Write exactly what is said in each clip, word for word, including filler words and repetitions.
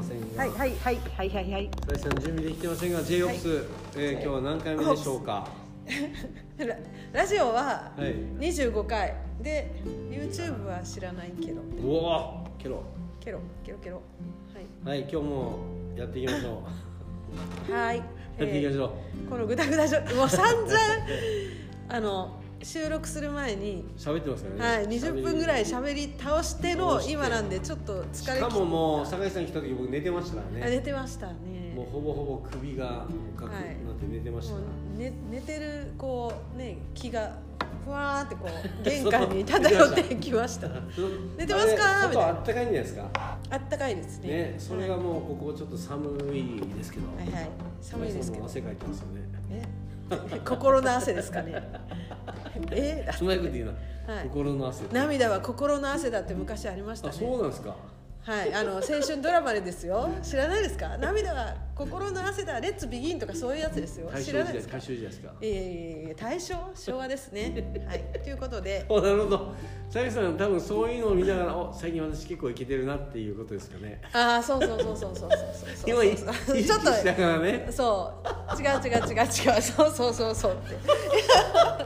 せんが、 はいはいはいはいはいはい。 さやさん準備できてませんが ジェイオプス、はい、えー、今日は何回目でしょうか。 ラ, ラジオははいにじゅうごかいで YouTube は知らないけど。 うおーケロケロケロケロ。 はい、はい、今日もやっていきましょうはい、 やっていきましょう、 えー、このグダグダしょもう散々あの収録する前に喋ってますからね、 はい、にじゅっぷんぐらい喋り倒しての今なんでちょっと疲れ切った。 しかももう酒井さん来た時僕寝てましたからね。 あ、寝てましたね。 もうほぼほぼ首が深くなって寝てました、はい、 ね、寝てるこうね気がふわーってこう玄関に漂ってきました寝てますかみたいな。 外あったかいんじゃないですか。 あったかいですね。 ね、それがもうここちょっと寒いですけど、 はいはい、寒いですけど汗かいてますよね。 え心の汗ですかね。えうまいこと言うな、はい、心の汗。 涙は心の汗だって昔ありましたね。 あ、そうなんですか。はい、 あの青春ドラマでですよ。知らないですか。涙は心の汗だ、レッツビギンとかそういうやつですよ。知らないですか。 大正時代ですか。 えー、大正昭和ですね。はい、ということで。 なるほど。さゆさん多分そういうのを見ながら、お、最近私結構イケてるなっていうことですかね。 ああ、そうそうそうそうそうそうそう。 今意識したからね。 そう。違う違う違う違う。そうそうそうそうって。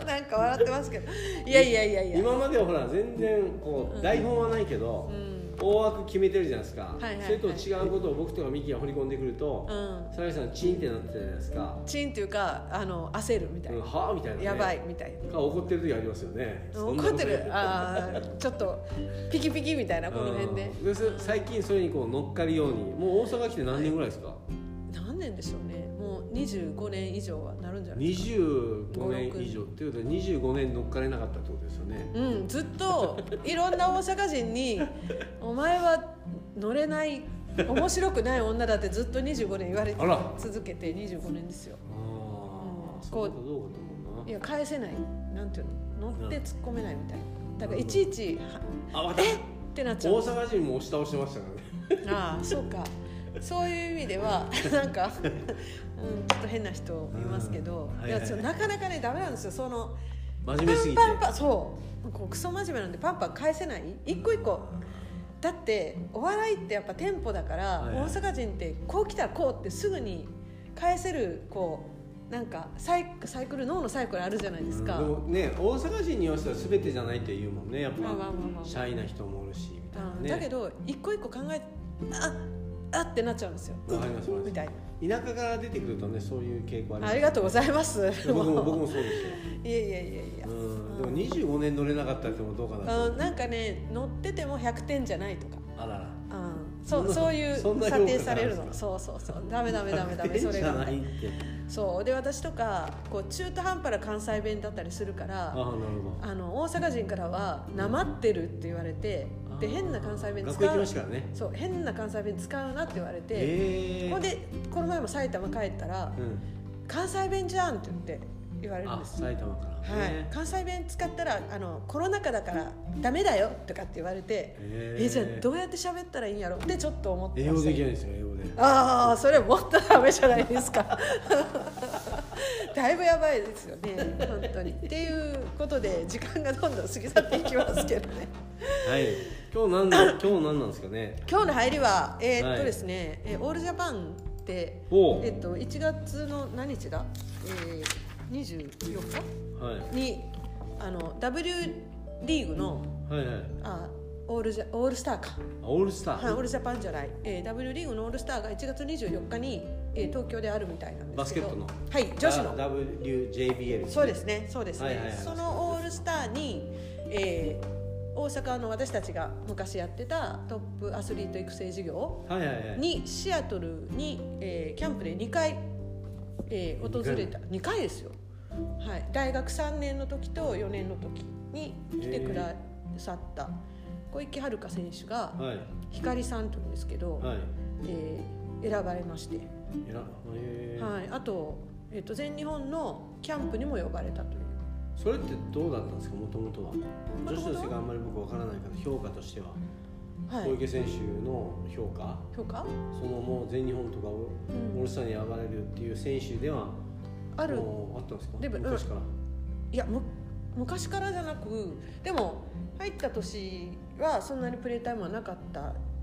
なんか笑ってますけど。いやいやいやいや。 今まではほら全然こう、うん、台本はないけど。うん、大枠決めてるじゃないですか、はいはいはい、それと違うことを僕とかミキが掘り込んでくると、さゆさんチンってなってたじゃないですか。 チンっていうかあの焦るみたいな、うん、 はぁみたいな、ね、 やばいみたいな。 怒ってる時ありますよね。 怒ってる、あちょっとピキピキみたいなこの辺で。 で最近それにこう乗っかるように、もう大阪来て何年ぐらいですか。はい、 何年でしょうね。もうにじゅうごねん以上はなるんじゃないですか。 にじゅうごねん以上っていうことはにじゅうごねん乗っかれなかったってことですよね。 うん、ずっといろんな大阪人にお前は乗れない面白くない女だってずっとにじゅうごねん言われ続けてにじゅうごねんですよ。 ああ、うん、そういうことどうかと思うな。 いや返せない、なんていうの、乗って突っ込めないみたいな。だからいちいちあえってなっちゃう。 大阪人も押し倒してましたからね。 ああ、そうか。そういう意味ではなんか、うん、ちょっと変な人いますけど、いやなかなかねダメなんですよ。その真面目すぎてパンパンパン、そうこうクソ真面目なんでパンパン返せない。一個一個だってお笑いってやっぱテンポだから、はいはい、大阪人ってこう来たらこうってすぐに返せるこうなんかサイサイクル脳のサイクルあるじゃないですか。 うん、でもね大阪人に言わせたら全てじゃないって言うもんね。やっぱ、まあまあまあまあ、シャイな人もおるしみたいな、ね、 だけど一個一個考えああってなっちゃうんですよ。 わかります。みたいな。田舎から出てくるとね、そういう傾向あります。 ありがとうございます。 僕も僕もそうですよ。 いやいやいやいや。 うん、でもにじゅうごねん乗れなかったってもどうかな。 あ、なんかね乗っててもひゃくてんじゃないとか。 あらら。 うん、そうそういう査定されるの。そうそうそう。ダメダメダメダメそれが。そうで私とかこう中途半端な関西弁だったりするから、あ、なるほど。あの大阪人からはなまってるって言われて。で変な関西弁使う、 ね、 そう変な関西弁使うなって言われて、ほんでこの前も埼玉帰ったら、うん、関西弁じゃんって言って言われるんです。 埼玉から、 はい、関西弁使ったらあのコロナ禍だからダメだよとかって言われて、えじゃあどうやって喋ったらいいんやろってちょっと思ってました。 英語できないですよ英語で。 ああそれもっとダメじゃないですか。だいぶやばいですよね本当に。っていうことで時間がどんどん過ぎ去っていきますけどね。 はい。今日何今日何なんですかね。 今日の入りはえー、っとですね、はい、オールジャパンってえー、っといちがつの何日だ、えー、にじゅうよっか、はい、にあの W リーグの、はいはい、あオールジャオールスターかオールスター、 はい、オールジャパンじゃない、えー、W リーグのオールスターがいちがつにじゅうよっかに、えー、東京であるみたいなんですけど、 バスケットのはい女子のダブリュージェービーエル、ね、 そうですねそうですね、 はいはいはい、 そのオールスターに、えー大阪の私たちが昔やってたトップアスリート育成事業に、はいはいはい、シアトルに、えー、キャンプでにかい、えー、訪れたにかいですよ、はい、大学さんねんの時とよねんの時に来てくださった小池遥選手が、はい、光さんというんですけど、はいえー、選ばれまして、はい、あと、えーと、全日本のキャンプにも呼ばれたという。 それってどうだったんですか、もともとは。女子の世界あんまり僕わからないから評価としては、はい、小池選手の評価評価そのもう全日本とかをオールスターに選ばれるっていう選手ではあるあったんですか、で昔から。 いやむ昔からじゃなく、でも入った年はそんなにプレータイムはなかったと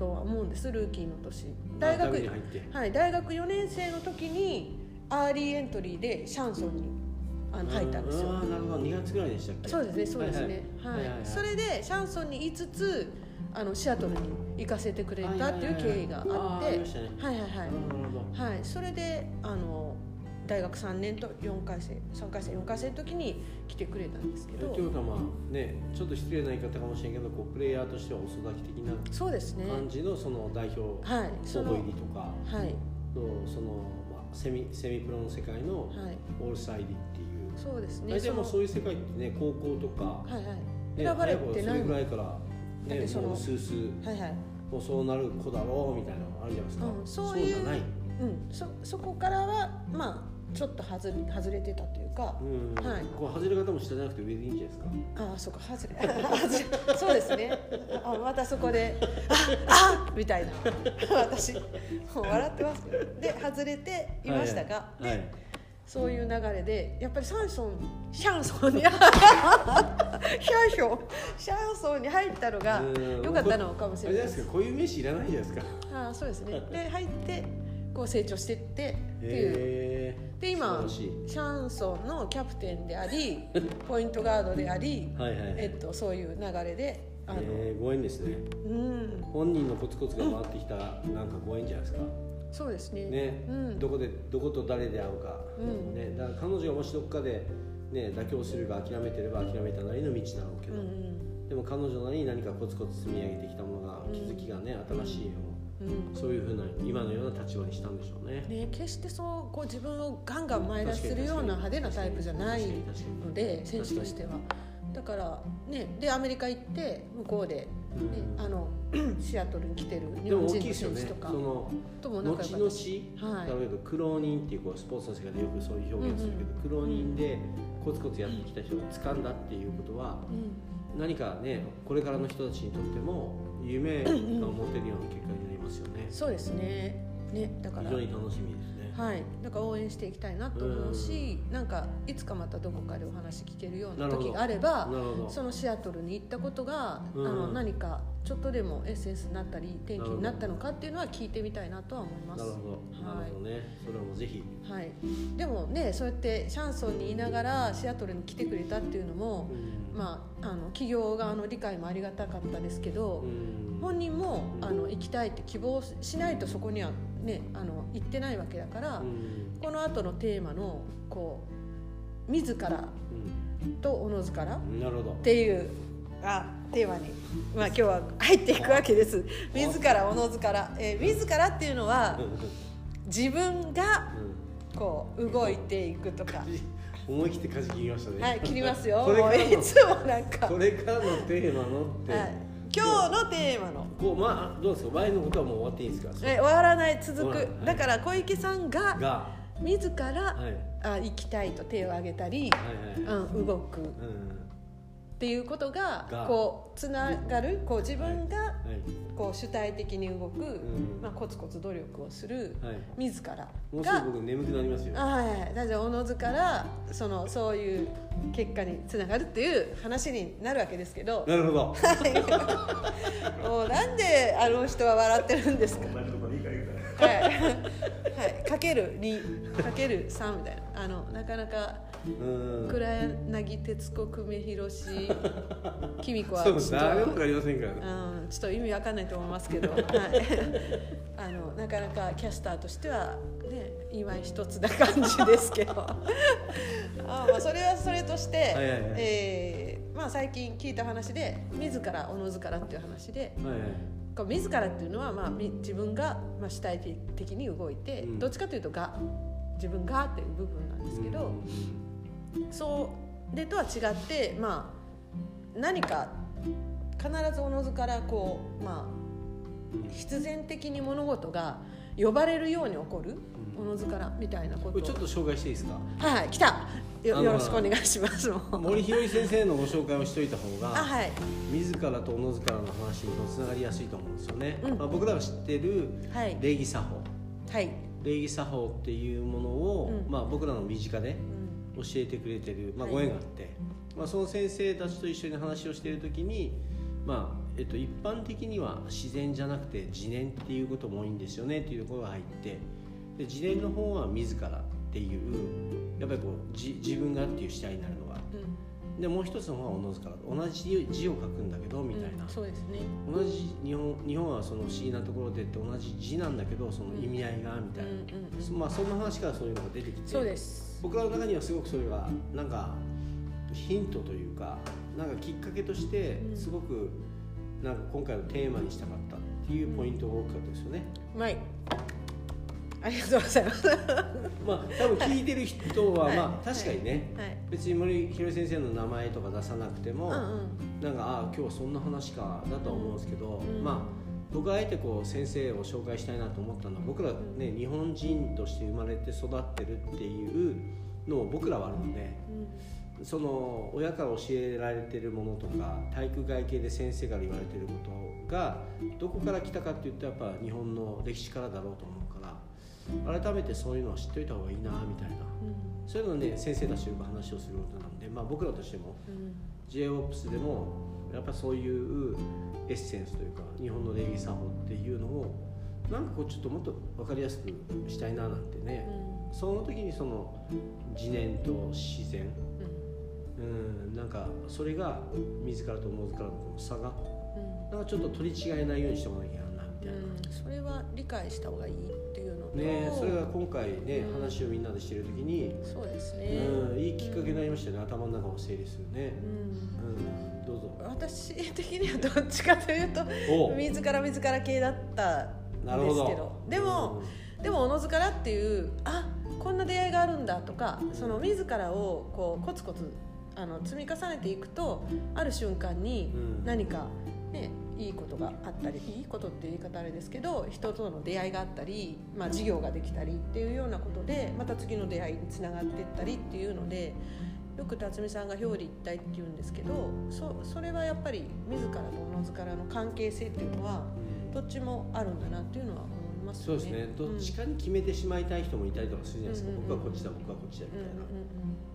とは思うんです。ルーキーの年大学に入って、はい、大学よねん生の時にアーリーエントリーでシャンソンにあの入ったんですよ。 ああ、なるほど。にがつぐらいでしたっけ。 そうですね、そうですね、はいはいはいはい、それでシャンソンにいつつあのシアトルに行かせてくれたっていう経緯があって、はいはいはい、それであの大学さんねんとよんかい生さんかい生よんかい生の時に来てくれたんですけど、 というかまあね、ちょっと失礼な言い方かもしれんけど、こうプレイヤーとしては遅咲き的なそうですね感じのその代表候補入りとかのそのまあセミセミプロの世界のオールスター入りっていう、 そうですね。 大体もうそういう世界ってね、高校とか、 はいはい、 ね、 選ばれてない。 それぐらいからね、もうスースー、はいはい、もうそうなる子だろうみたいなのあるじゃないですか。 うん、そういう、そうじゃない。うん、そそこからはまあ。ちょっと外れ、外れてたというか、うん、はい、こう外れ方も下じゃなくて上でいいんじゃないですか。 ああ、そうか、外れそうですね。あ、またそこでああみたいな私もう笑ってますけど、で外れていましたが、はいはい、で、はい、そういう流れでやっぱりシャンソンシャンソンにシャンソンシャンソンに入ったのが良かったのかもしれないです。 あれじゃないですか、こういう名刺いらないじゃないですか。 ああ、そうですね。で入ってこう成長していってっていうで今シャンソンのキャプテンでありポイントガードでありはいはい、えっと、そういう流れであの、えー、ご縁ですね、うん、本人のコツコツが回ってきたなんかご縁じゃないですか。 そうですね、 ね、うん、どこでどこと誰で会うか、うんね、だから彼女がもしどっかで、ね、妥協するか諦めてれば諦めたなりの道だろうけど、うんうん、でも彼女なりに何かコツコツ積み上げてきたものが、気づきがね、新しいようん、そういうふうな今のような立場にしたんでしょう ね, ね決してそうこう自分をガンガン前出しするような派手なタイプじゃないので選手としてはだからねでアメリカ行って向こうで、ねうん、あのシアトルに来てる日本人の選手とか、ね、 とも仲良かったし、後々、はい、例えば苦労人っていう、 こうスポーツの世界でよくそういう表現するけど、うんうん、苦労人でコツコツやってきた人が掴んだっていうことは、うん、何かねこれからの人たちにとっても夢が持てるような結果になりますよね。 そうですね。ね、だから非常に楽しみですね。 はい、だから応援していきたいなと思うし、うん、なんかいつかまたどこかでお話聞けるような時があれば、そのシアトルに行ったことが、うん、あの何かちょっとでもエッセンスになったり転機になったのかっていうのは聞いてみたいなとは思います。 なるほど、はい、なるほどね。それはもうぜひ。 はい。でもね、そうやってシャンソンにいながらシアトルに来てくれたっていうのも、うん、まああの企業側の理解もありがたかったですけど、うん、本人もあの行きたいって希望しないとそこにはね、あの行ってないわけだから、うん、この後のテーマのこう自らとおのずからっていうあテーマに、まあ、今日は入っていくわけです。自らおのずから、えー、自らっていうのは自分がこう動いていくとか。 思い切って舵切りましたね。 はい、切りますよ。もういつもなんかこれからのテーマのって、はい、 今日のテーマのこう、まあ、どうですか、前のことはもう終わっていいんですか。 え終わらない、続く、はい、だから小池さんがが自ら、はい、あ行きたいと手を挙げたり、はいはいはい、うん、動く、うん、っていうことがこうつながる、こう自分がこう主体的に動く、はいはい、まあ、コツコツ努力をする、はい、自らがもうすぐ僕眠くなりますよ。 あ、はいはい、だからおのずからそのそういう結果につながるっていう話になるわけですけど。 なるほど。 もうなんであの人は笑ってるんですか。はい、はい、かけるにかけるさんみたいな、あのなかなか黒柳徹子久米宏公子はちょっと誰も分かりませんから、ね、 うん、ちょっと意味わかんないと思いますけど、はい、あのなかなかキャスターとしてはね今一つな感じですけどあ、まあ、それはそれとして、はいはいはい、えーまあ、最近聞いた話で自らおのずからっていう話で、はいはい、自らっていうのは、まあ、自分が、まあ、主体的に動いて、うん、どっちかというとが自分がっていう部分なんですけど、うん、それとは違って、まあ、何か必ずおのずからこう、まあ、必然的に物事が呼ばれるように起こる、うん、おのずからみたいなことをちょっと紹介していいですか。 はい、来た よ, よろしくお願いします。 森弘先生のご紹介をしといた方が、 はい、 自らとおのずからの話につながりやすいと思うんですよね、うん、まあ、僕らが知ってる礼儀作法、はい、礼儀作法っていうものを、うん、まあ、僕らの身近で教えてくれてる、まあ、ご縁があって、はい、まあ、その先生たちと一緒に話をしているときに、 まあえっと、一般的には自然じゃなくて自然っていうことも多いんですよねっていうところが入って、で自然の方は自らっていうやっぱりこうじ自分がっていう主体になるのが、うん、でもう一つの方はおのずから同じ字を書くんだけどみたいな、 うん、そうですね、 同じ日本日本はその不思議なところでって同じ字なんだけどその意味合いがみたいな、うんうんうん、まあそんな話からそういうのが出てきて、 そうです、 僕らの中にはすごくそれがなんかヒントというかなんかきっかけとしてすごくなんか今回のテーマにしたかったっていうポイントが大きかったですよね。 はい、ありがとうございますまあ多分聞いてる人は、はい、まあ確かにね、 はい、 別に森ひろえ先生の名前とか出さなくても、うんうん、なんかああ今日はそんな話かだとは思うんですけど、うん、まあ僕はあえてこう先生を紹介したいなと思ったのは、僕らね、うん、日本人として生まれて育ってるっていうのを僕らはあるので、うん、その親から教えられてるものとか体育会系で先生から言われてることがどこから来たかって言ったらやっぱ日本の歴史からだろうと思うから、改めてそういうのを知っといた方がいいなみたいな、うん、そういうのをね先生たちとよく話をすることなんで、まあ、僕らとしても、うん、ジェイオープス でもやっぱそういうエッセンスというか日本の礼儀作法っていうのをなんかこうちょっともっと分かりやすくしたいななんてね、うん、その時にその自然と自然、うんうん、なんかそれが自らと思うからの差が、うん、なんかちょっと取り違えないようにしておかなきゃいけないなみたいな、 うん、それは理解した方がいいっていうのと、 ね、それが今回ね、うん、話をみんなでしてる時にそうですね、 うん、いいきっかけになりましたね、うん、頭の中を整理するね、うんうん、どうぞ。 私的にはどっちかというと自ら自ら系だったんですけど、でも、うん、でもおのずからっていうあこんな出会いがあるんだとか、その自らをこうコツコツあの積み重ねていくとある瞬間に何か、ね、いいことがあったり、いいことっていう言い方あれですけど人との出会いがあったり、まあ、事業ができたりっていうようなことでまた次の出会いにつながっていったりっていうので、よく辰巳さんが表裏一体って言うんですけど、 そ, それはやっぱり自らとおのずからの関係性っていうのはどっちもあるんだなっていうのは思いますよね。 そうですね、どっちかに決めてしまいたい人もいたりとかするじゃないですか、うんうんうん、僕はこっちだ僕はこっちだみたいな、うんうんうん、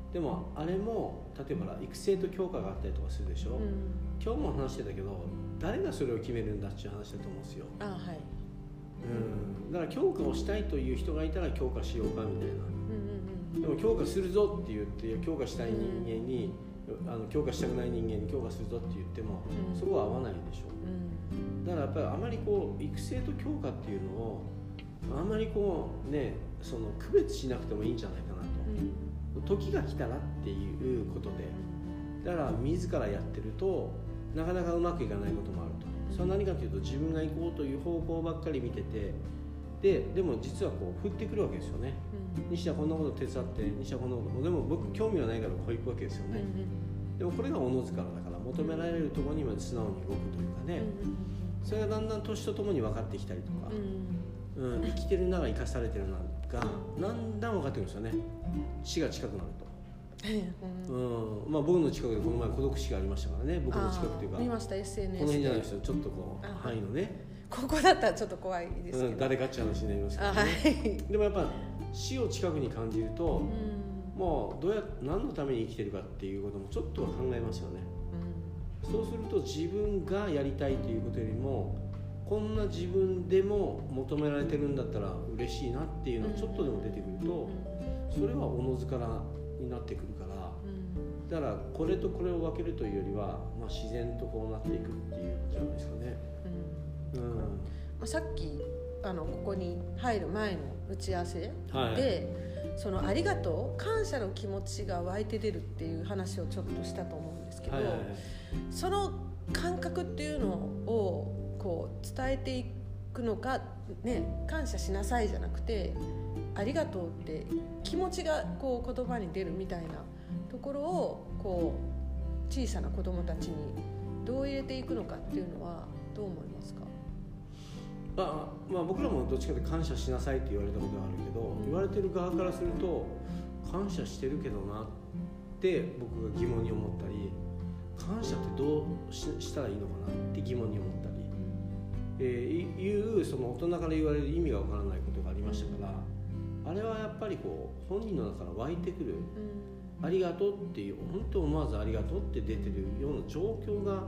でもあれも例えば育成と強化があったりとかするでしょ、うん、今日も話してたけど誰がそれを決めるんだっていう話だと思うんですよ。 あ、はい、 うん、だから強化をしたいという人がいたら強化しようかみたいな、うんうんうん、でも強化するぞって言って強化したい人間に、うん、あの強化したくない人間に強化するぞって言っても、うん、そこは合わないでしょ、うん、だからやっぱりあまりこう育成と強化っていうのをあまりこうねその区別しなくてもいいんじゃないかなと、うん、時が来たらっていうことで、だから自らやってるとなかなかうまくいかないこともあると。それは何かというと自分が行こうという方向ばっかり見てて、ででも実はこう振ってくるわけですよね、うん、西田こんなこと手伝って西田こんなことでも僕興味はないからこう行くわけですよね、うん、でもこれがおのずからだから求められるところにまで素直に動くというかね、うん、それがだんだん年とともに分かってきたりとか、うんうん、生きてるなら生かされてるながだんだん分かってくるんですよね、死が近くなると。うんうん、まあ、僕の近くでこの前孤独死がありましたからね、僕の近くというか見ました エスエヌエス でこの辺じゃないですよ、ちょっとこう範囲のね、 ここだったらちょっと怖いですけど、 うん、誰かって話になりますけどね、はい、でもやっぱ死を近くに感じると、うん、もうどうや何のために生きてるかっていうこともちょっとは考えますよね、うん、そうすると自分がやりたいということよりもこんな自分でも求められてるんだったら嬉しいなっていうのがちょっとでも出てくると、それはおのずからになってくるから、だからこれとこれを分けるというよりは、まあ、自然とこうなっていくっていうことじゃないですかね、うんうん、まあ、さっきあのここに入る前の打ち合わせで、はい、そのありがとう感謝の気持ちが湧いて出るっていう話をちょっとしたと思うんですけど、はいはいはい、その感覚っていうのをこう伝えていくのか、ね、感謝しなさいじゃなくてありがとうって気持ちがこう言葉に出るみたいなところをこう小さな子どもたちにどう入れていくのかっていうのはどう思いますか？ まあまあ、僕らもどっちかで感謝しなさいって言われたことがあるけど、うん、言われてる側からすると感謝してるけどなって僕が疑問に思ったり、感謝ってどう し, したらいいのかなって疑問に思ったり、うんえー、いうその大人から言われる意味がわからないことがありましたから、あれはやっぱりこう本人の中から湧いてくる、うん、ありがとうっていう本当思わずありがとうって出てるような状況が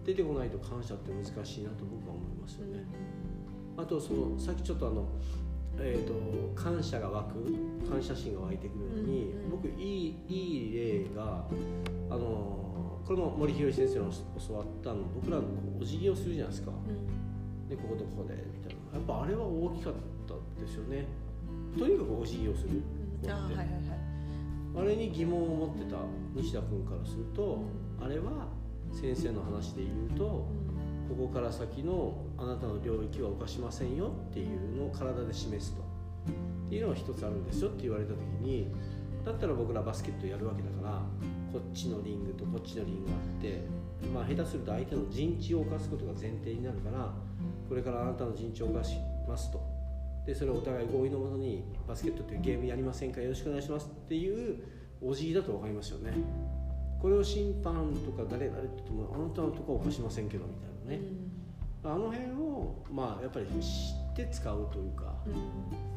出てこないと感謝って難しいなと僕は思いますよね。あとそのさっきちょっとあの、えー、と感謝が湧く感謝心が湧いてくるのに、うんうん、僕いい、いい例があのこれも森博先生の教わったの僕らのお辞儀をするじゃないですか、うん、でこことここでみたいなやっぱあれは大きかったですよね。とにかくお辞儀をする、うん、あ, はいはいはいあれに疑問を持ってた西田君からすると、うん、あれは先生の話で言うと、うん、ここから先のあなたの領域は犯しませんよっていうのを体で示すとっていうのが一つあるんですよって言われた時にだったら僕らバスケットやるわけだからこっちのリングとこっちのリングがあって、まあ、下手すると相手の陣地を犯すことが前提になるからこれからあなたの陣地を犯しますとでそれをお互い合意のもとにバスケットというゲームやりませんかよろしくお願いしますっていうお辞儀だと分かりますよね。これを審判とか誰々って言ってもあなたのとこは犯しませんけどみたいなね、うん、あの辺をまあやっぱり知って使うというか、うん、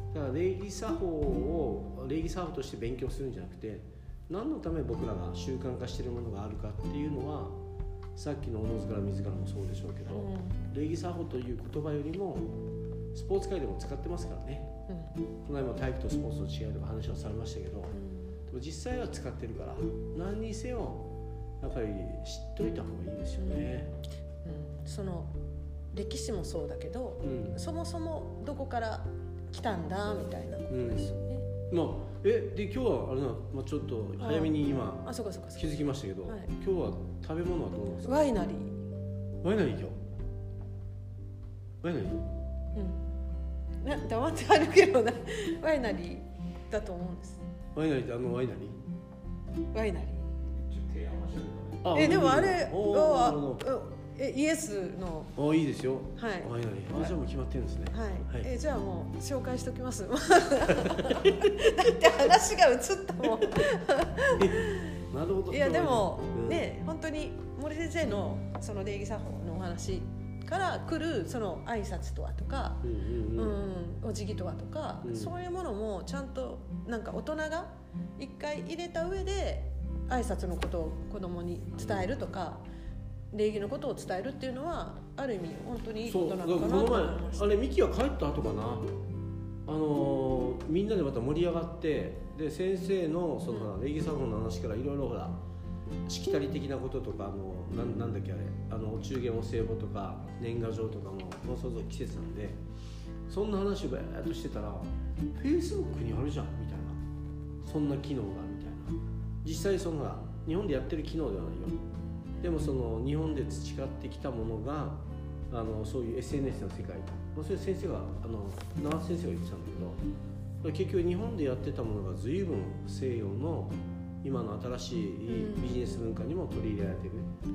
だから礼儀作法を礼儀作法として勉強するんじゃなくて何のため僕らが習慣化しているものがあるかっていうのはさっきのおのずから自らもそうでしょうけど、うん、礼儀作法という言葉よりもスポーツ界でも使ってますからね、うん、この間も体育とスポーツの違いとか話をされましたけど、うんでも実際は使ってるから何にせよやっぱり知っといた方がいいですよね、 うん、その歴史もそうだけど、うん、そもそもどこから来たんだみたいなことですよね、 うん、まあ、えで今日はあれな、まあ、ちょっと早めに今ああそうかそうかそうか気づきましたけど、はい、今日は食べ物はどうなんですか。 ワイナリーワイナリー今日ワイナリーうんな黙ってあるけどなワイナリーだと思うんです。 ワイナリーってあのワイナリーワイナリーあえでもあれはえイエスのあいいですよ、 はい、 ワイナリーあじゃあもう決まってるんですね、 はいはい、えじゃあもう紹介しておきますだって話が移ったもんなるほど。 いやでも、うん、ね本当に森先生のその礼儀作法のお話から来るその挨拶とはとか、うんうんうんうん、お辞儀とはとか、うん、そういうものもちゃんとなんか大人が一回入れた上で挨拶のことを子供に伝えるとか礼儀のことを伝えるっていうのはある意味本当にいいことなのかなと思いました。 あれミキが帰った後かなあのー、みんなでまた盛り上がってで先生のその、うん、礼儀作法の話からいろいろほらしきたり的なこととかあの な, なんだっけあれあのお中元お歳暮とか年賀状とかももうそろそろ季節なんでそんな話をバーッとしてたらフェイスブックにあるじゃんみたいなそんな機能がみたいな実際その日本でやってる機能ではないよでもその日本で培ってきたものがあのそういう エスエヌエス の世界とそれ先生があの長瀬先生が言ってたんだけど結局日本でやってたものが随分西洋の今の新しいビジネス文化にも取り入れられてる、うん、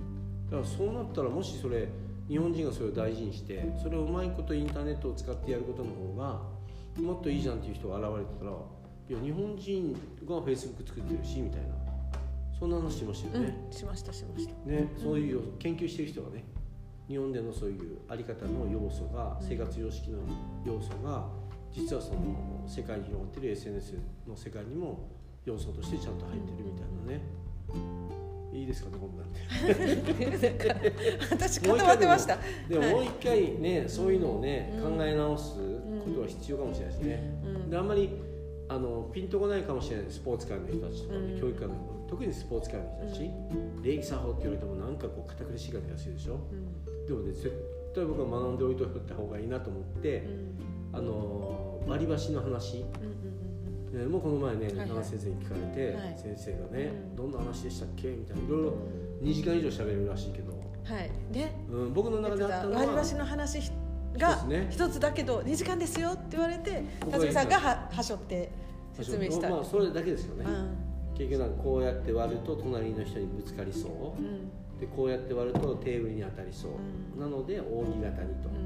だからそうなったらもしそれ日本人がそれを大事にしてそれをうまいことインターネットを使ってやることの方がもっといいじゃんっていう人が現れてたらいや日本人が Facebook 作ってるしみたいなそんな話しましたよね、 うん、しましたしましたね、そういう研究してる人がね日本でのそういうあり方の要素が、うん、生活様式の要素が実はその世界に広がってる エスエヌエス の世界にも要素としてちゃんと入ってるみたいなね、うん、いいですかねこんなんて私固まってましたでももう一回ね、はい、そういうのをね、うん、考え直すことは必要かもしれないですね、うん、であんまりあのピンとこないかもしれないスポーツ界の人たちとか、ねうん、教育界の人特にスポーツ界の人たち、うん、礼儀作法って言われてもなんかこう堅苦しい感じがするでしょ、うん、でもね絶対僕は学んでおいておいた方がいいなと思って、うん、あの割り箸の話、うんうん、もうこの前ね、はいはい、長瀬先生に聞かれて、はい、先生がね、うん、どんな話でしたっけみたいないろいろにじかん以上喋れるらしいけど、 はいねうん、僕の中であったのは割り箸の話が一つだけどにじかんですよって言われて辰巳さんがははしょって説明した、 まあ、それだけですよね、うん、結局なんかこうやって割ると隣の人にぶつかりそう、うん、でこうやって割るとテーブルに当たりそう、うん、なので扇形にと、うん、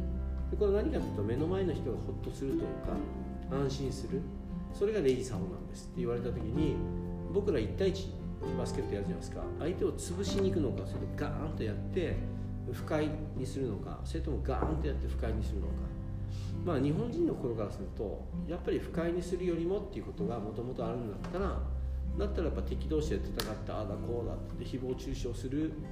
でこれ何かというと目の前の人がホッとするというか安心するそれが礼儀作法なんですって言われた時に僕らいち対いちバスケットやるじゃないですか相手を潰しに行くのかそれでガーンとやって不快にするのかそれともガーンとやって不快にするのかまあ日本人の心からするとやっぱり不快にするよりもっていうことがもともとあるんだったらだったらやっぱ敵同士で戦ってああだこうだって誹謗中傷する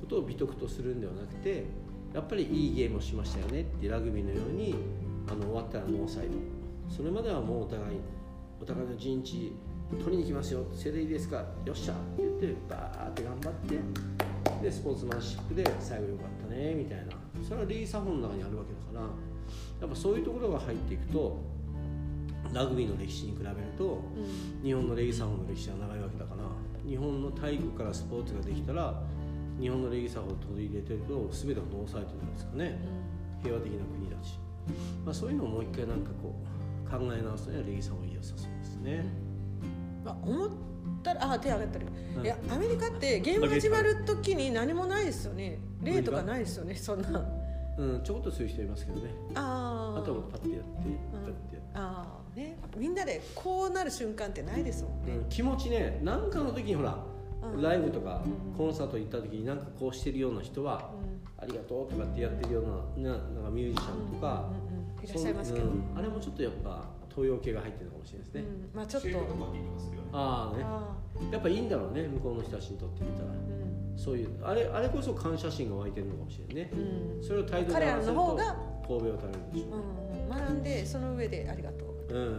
ことを美徳とするんではなくて、やっぱりいいゲームをしましたよねってラグビーのようにあの終わったらノーサイド、それまではもうお互いお互いの陣地取りに行きますよ、それでいいですか、よっしゃって言ってバーって頑張ってでスポーツマンシップで最後よかったねみたいな、それは礼儀作法の中にあるわけだから、やっぱそういうところが入っていくとラグビーの歴史に比べると、うん、日本の礼儀作法の歴史は長いわけだから、日本の体育からスポーツができたら日本の礼儀作法を取り入れてると全てはノーサイトじゃないですかね、うん、平和的な国だし、まあ、そういうのをもう一回なんかこう考え直すには礼儀作法いい良さそうですね、 うん、あ思ったらあ手上がったり、はい、いやアメリカってゲーム始まる時に何もないですよね、例とかないですよね、そんな、 うん、ちょこっとする人いますけどね、ああとはパッてやって、うん、パッてやって、 あね、みんなでこうなる瞬間ってないですもんね、 うん、気持ちね、なんかの時にほら、うん、ライブとかコンサート行った時になんかこうしてるような人は、うん、ありがとうとかってやってるような、な、なんかミュージシャンとか、 うんうんうん、いらっしゃいますけど、うん、 あれもちょっとやっぱ東洋系が入ってるのかもしれないですね、 うん、まあちょっとああね、あやっぱいいんだろうね、向こうの人たちにとってみたら、うん、そういうあれ、あれこそ感謝心が湧いてるのかもしれないね、うん、それを態度で合わせると神戸を垂れるでしょう、 うん、学んでその上でありがとう、 うんうんうん、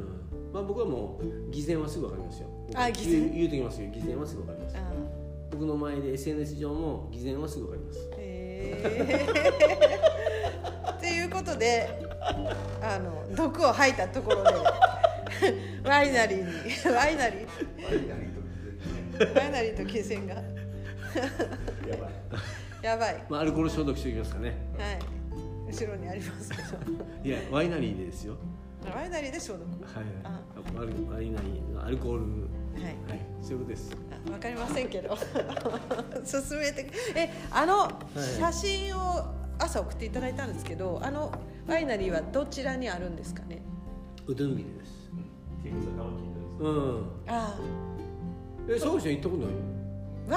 まあ、僕はもう偽善はすぐ分かりますよ。 あ、偽善言うときますよ、偽善はすぐ分かります。僕の前で エスエヌエス 上も偽善はすぐ分かります。 へーっていうことで、あの毒を吐いたところでワイナリーにワイナリーワイナリーと偽善がやばいやばい、 まあ、アルコール消毒しておきますかね。 はい、後ろにありますけどいや、ワイナリーでですよ。 ワイナリーで消毒、はい、 あワイナリーのアルコール、はいはい、そういうことです。 わかりませんけど進めて、えあの写真を朝送っていただいたんですけど、あのワイナリーはどちらにあるんですかね。 ウドゥンビルです。うん。ああ。え、そうですよ、行ったことない。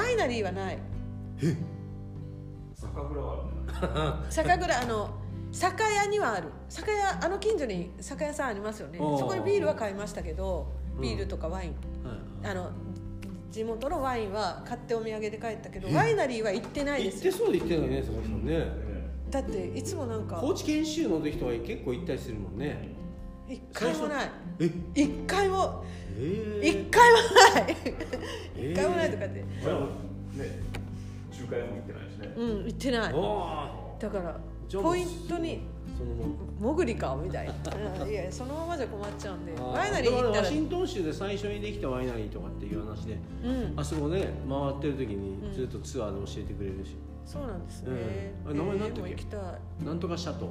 ワイナリーはない。 え？ 酒蔵はある。 酒蔵、あの酒屋にはある。酒屋、あの近所に酒屋さんありますよね。そこにビールは買いましたけど、ビールとかワイン、うん、あの地元のワインは買ってお土産で帰ったけど、ワイナリーは行ってないですよ。 行ってそうで行ってないね、そこさんね。 だっていつもなんか高知研修の人は結構行ったりするもんね。 一回もない。 え？ 一回も。えー、一回もない。一回もないとかって。ね、 中華屋も行ってないしね。 うん、行ってない。だからポイントに潜りかみたいな。いや、そのままじゃ困っちゃうんで。ワイナリー行ったら。 ワシントン州で最初にできたワイナリーとかっていう話で、うん、あそこね回ってる時にずっとツアーで教えてくれるし。 うん、そうなんですね。 うん、名前なんていうっけ？ なんとかシャト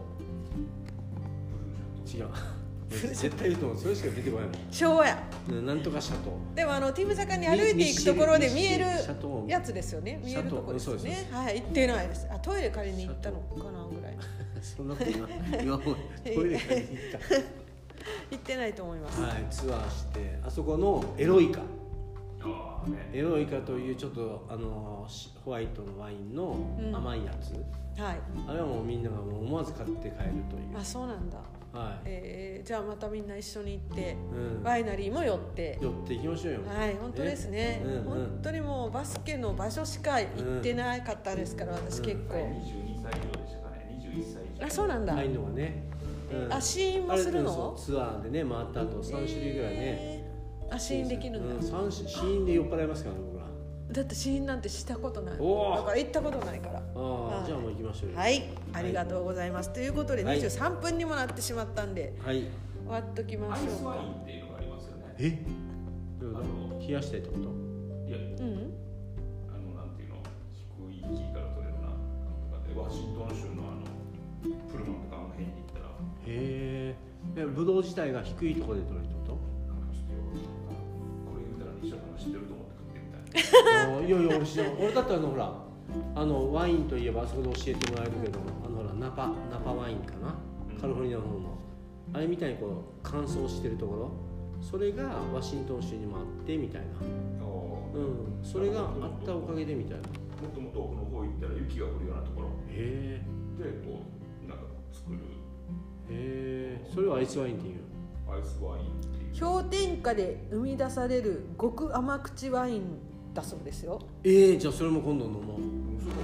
ー。違う。絶対言うと思う。それしか出てこないもん。 昭和や。 なんとかシャトー。でもあのティム坂に歩いていくところで見えるやつですよね。見えるところですね。はい、行ってないです。あ、トイレ借りに行ったのかなぐらい。 そんなこと今今もトイレ借りに行った。 行ってないと思います。 はい、ツアーしてあそこのエロイカ。ああね。エロイカというちょっとあのホワイトのワインの甘いやつ。うん、はい。あれはもうみんながもう思わず買って帰るという。 あ、そうなんだ。はい、えー、じゃあまたみんな一緒に行って、うん、ワイナリーも寄って寄っていきましょうよ。 はい、本当ですね、うんうん、本当にもうバスケの場所しか行ってなかったですから、うん、私結構、 にじゅうにさい以上でしたかね。にじゅういっさい以上。 あ、そうなんだ。 ないのがね、 うん、あ、試飲もするの？ ツアーでね回った後さん種類ぐらいね、えー、あ、試飲できるんだ。うん、 さん試飲で酔っ払いますからね、僕ら。 だって試飲なんてしたことない。だから行ったことないから。 あ、はい、じゃあもう行きましょうよ。 はい、ありがとうございます。はい、ということでにじゅうさんぷんにもなってしまったんで、はい、終わっときましょうか。アイスワインっていうのがありますよね。 え？あの冷やしたいってこと？ いや、うん。あのなんていうの、低い木から取れるなとかで、ワシントン州のあのプルマンとかあの辺に行ったら。 へえ。ブドウ自体が低いところで取れるってこと？ これ言うたら西田さんが知ってると思って。 いやいや、俺知らん。俺だってあのほらあのワインといえばあそこで教えてもらえるけど、あのほらナパナパワインかな、カリフォルニアの方のあれみたいにこう乾燥してるところ、それがワシントン州にもあってみたいな、うん、それがあったおかげでみたいな。 もっともっと奥の方行ったら雪が降るようなところへえでこうなんか作る。 へえ。それはアイスワインっていう。 アイスワインっていう氷点下で生み出される極甘口ワインだそうですよ。 えー、じゃあそれも今度飲もう。 それ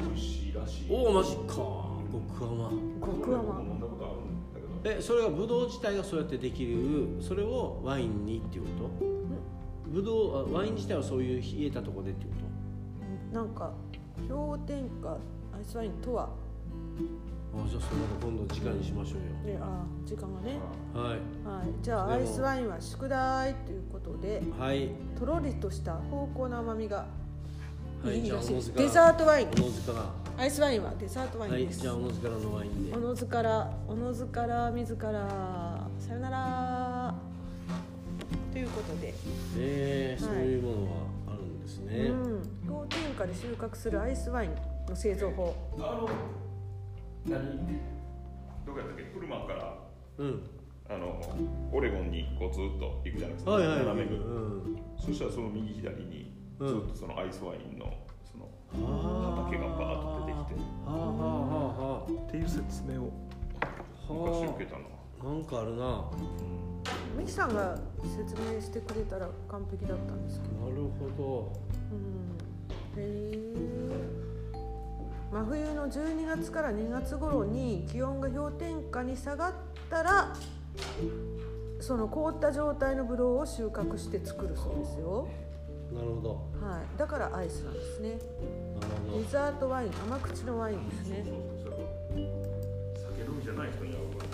しい。 おおマジか。極甘。 極甘。 飲んだことあるんだけど。 え、それがブドウ自体がそうやってできる、それをワインにっていうこと？ブドウ、ワイン自体はそういう冷えたところでっていうこと？ なんか氷点下アイスワインとは。 あ、じゃあそれまた今度時間にしましょうよ。 で、あ、時間がね。 はい。 はい。じゃあアイスワインは宿題ということで、 はい。 とろりとした芳香な甘みがいいらしいです。 デザートワイン。 おのずから。 アイスワインはデザートワインです。 はい。じゃあおのずからのワインで。 おのずから、おのずから自らさよならということで。 えー、そういうものはあるんですね。 うん。氷点下で収穫するアイスワインの製造法。 あの何どこやったっけ、プルマンから、 うん、 あのオレゴンにこうずっと行くじゃないですか、 はいはいはい、 斜めに、 うん、 そしたらその右左にずっとそのアイスワインのその畑がバーッと出てきて、 はあはあはあはあっていう説明を昔受けたの。 なんかあるな。 ミキさんが説明してくれたら完璧だったんですけど。 なるほど。 うん、へえ。真冬のじゅうにがつからにがつ頃に気温が氷点下に下がったら、その凍った状態のブドウを収穫して作るそうですよ。 なるほど。 はい、だからアイスなんですね。 なるほど。 デザートワイン、甘口のワインですね。 そうそうそう、酒飲みじゃない人に合うから。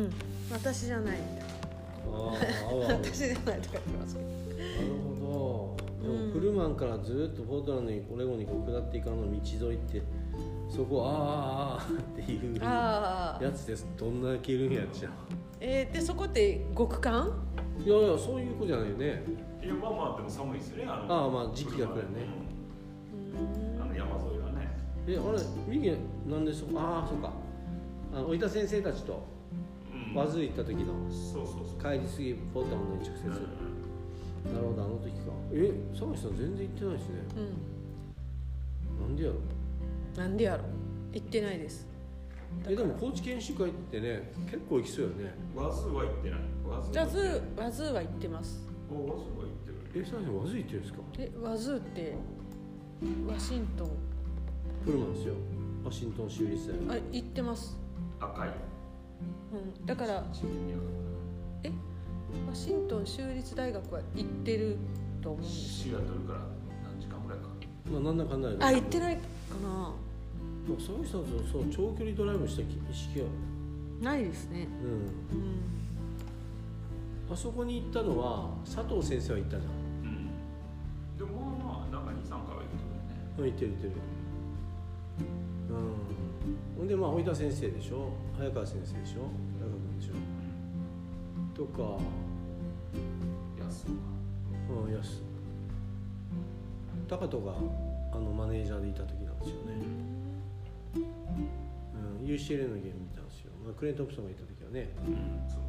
うん、私じゃないみたいな。ああ、私じゃないとか言ってますけど。 なるほど。でもプルマンからずっとポートランドにオレゴンにこう下っていかんの道沿いって、そこあーあーっていうやつです。どんなけるんやっちゃう。 えー、でそこって極寒？ いやいや、そういうことじゃないよね。 いや、まあまあでも寒いですよね。あのああ、まあ時期が来るよね。 うん、あの山沿いはね。 え、あれ右なんでそこ、ああそうか、あのおいた先生たちとバズ行った時の、 うん、そうそうそう、 帰り過ぎポートランドに直接、うん、なるほど、あの時か。え、佐口さん全然行ってないですね。うん、なんでやろなんでやろ行ってないです。 え、でも高知研修会ってね、結構行きそうよね。 ワズは行ってない。ワズワズワズは行ってます。 お、ワズは行ってる。 え、佐口さんワズ行ってるんですか。 え、ワズってワシントンプルマンですよ。ワシントン州立大学。 あ、行ってます。 赤い。 うん、だからえ、ワシントン州立大学は行ってると思うんです。 シアトルから何時間ぐらいか。 まあなんだかんだよね。 あ、行ってないかな。 佐口さんとそう長距離ドライブした意識はないですね。 うん。うん、あそこに行ったのは佐藤先生は行ったじゃん。うん。 でもまあなんかに、さんかいは行ってるね。 行ってる行ってる。うん。ほんでまあ大分先生でしょ、早川先生でしょ、大学でしょ、とか安か、 うん、安高人があのマネージャーでいた時なんですよね。うん、ユーシーエルエー のゲーム見たんですよ。クレイ・トンプソンがいた時はね。うん、そう。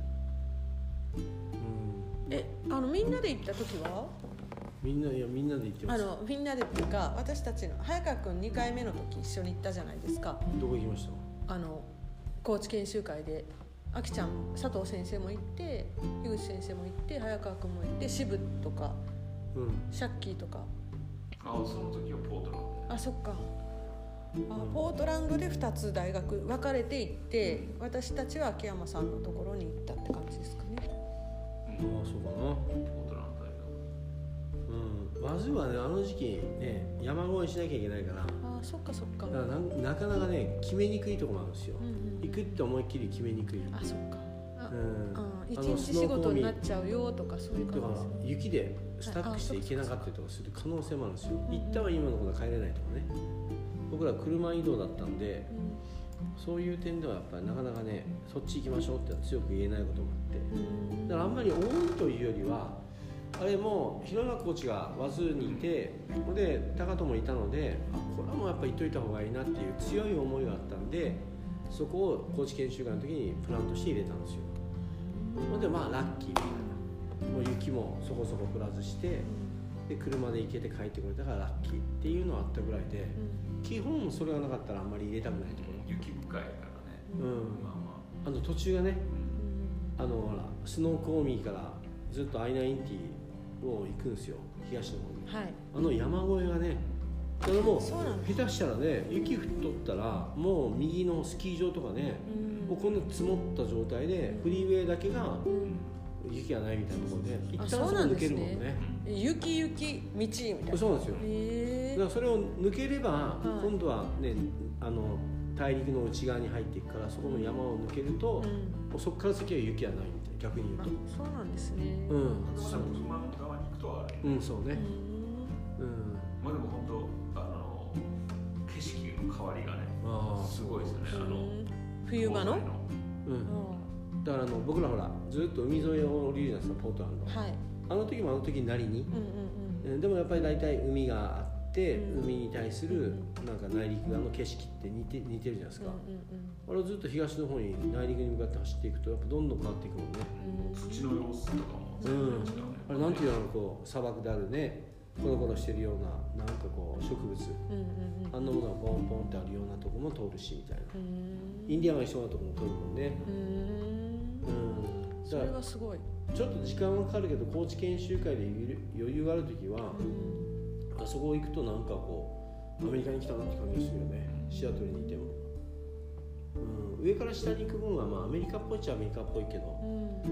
うん、え、あのみんなで行った時は？ みんな、いやみんなで行ってます。 あのみんなでっていうか、私たちの早川くんにかいめの時一緒に行ったじゃないですか。 どこ行きました？ あの高知研修会で、あきちゃん、佐藤先生も行って、樋口先生も行って、早川くんも行って、渋とか、うん、シャッキーとか。 あ、その時はポートランド。 あ、そっか。あ、ポートランドでふたつ大学分かれて行って、私たちは秋山さんのところに行ったって感じですかね。 うん、ああ、そうかな。 ポートランド大学。うん、まずはね、あの時期ね、山越えしなきゃいけないから。 あ、そっかそっか。 だから な, なかなかね、決めにくいところなんですよ。うんうんうん、行くって思いっきり決めにくい。 あ、そっか。 うん、 一日仕事になっちゃうよとかそういう感じです、 ね、雪でスタックして行けなかったりとかする可能性もあるんですよ。行ったは今のことは帰れないとかね。僕ら車移動だったんで、うん、そういう点ではやっぱりなかなかね、そっち行きましょうって強く言えないこともあって、うん、だからあんまり多いというよりは、あれも広山コーチがワズにいて、で高友もいたので、あ、これはもうやっぱり行っといた方がいいなっていう強い思いがあったんで、そこを高知研修会の時にプランとして入れたんですよ。でまあラッキーみたいな、もう雪もそこそこ降らずして、で車で行けて帰ってくれたからラッキーっていうのはあったぐらいで、うん、基本それがなかったらあんまり入れたくないところ。 雪深いからね。 うん。まあまあ、あの途中がね、うん、あのほらスノーコーミーからずっとアイナインティを行くんですよ、東の方に。はい。あの山越えがね、 だからもう下手したらね雪降っとったらもう右のスキー場とかね、もうこんな積もった状態でフリーウェイだけが雪がないみたいなところで一旦そこ抜けるもんね。 雪雪道みたいな。 そうなんですよ。だからそれを抜ければ今度はねあの大陸の内側に入っていくからそこの山を抜けると、もうそこから先は雪はないみたいな、逆に言うと。 そうなんですね。 うん。 そう馬側に行くとあれ。 うん、そうね。うん。 まあでも本当あの景色の変わりがね、すごいですよね。あの冬場の。 うん。だからあの僕らほらずっと海沿いを降りるじゃないですか、ポートランド。はい。あの時もあの時なりに。うんうんうん。でもやっぱり大体海があって。で海に対するなんか内陸側の景色って似て似てるじゃないですか、うんうんうん、あれをずっと東の方に内陸に向かって走っていくとやっぱどんどん変わっていくもんね、 うん、土の様子とかも、うん、 あれなんていうのこう砂漠であるねコロコロしてるようななんかこう植物、うんうんうん、あんなものがポンポンってあるようなとこも通るしみたいな、うん、インディアンが一緒なとこも通るもんね、 うんうん、それはすごいちょっと時間はかかるけど高知研修会で余裕があるときは、うんあそこ行くとなんかこうアメリカに来たなって感じがするよね、シアトルにいても、うん、上から下に行く分はまあアメリカっぽいっちゃアメリカっぽいけど、うん、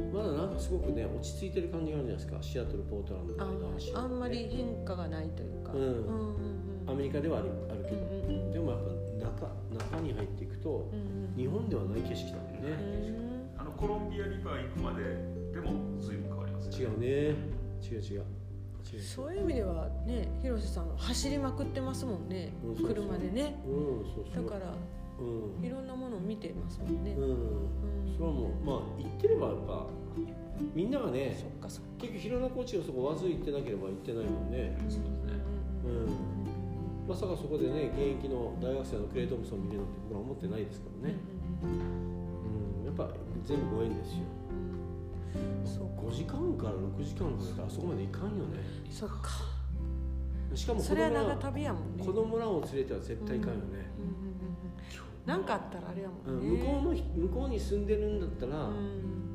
まだなんかすごくね落ち着いてる感じがあるじゃないですか、シアトルポートランドの間走る、ね、 あんまり変化がないというか、うんうんうんうん、アメリカではあるけど、うんうんうん、でもやっぱ 中, 中に入っていくと、うんうん、日本ではない景色だもんね、 うん、あのコロンビアリバー行くまででも随分変わりますね。 違うね、違う違うそういう意味ではね、広瀬さん走りまくってますもんね、うん、そうそう車でね、うん、そうそうだから、うん、いろんなものを見てますもんね、うんうん、 それはもうまあ言ってればやっぱみんながね、そっかそっか結局広野コーチがそこわず行ってなければ行ってないもんね、そうですね、うん、まさかそこでね現役の大学生のクレイ・トンプソン見れるなんて僕は思ってないですからね、うんうん、やっぱ全部ご縁ですよ。そうごじかんからろくじかんかけてあそこまで行かんよね。 そっか。 しかも子供ら、長旅やもんね、子供らを連れては絶対行かんよね。 何、うん、かあったらあれやもんね、 うん、向こうの向こうに住んでるんだったら、うん、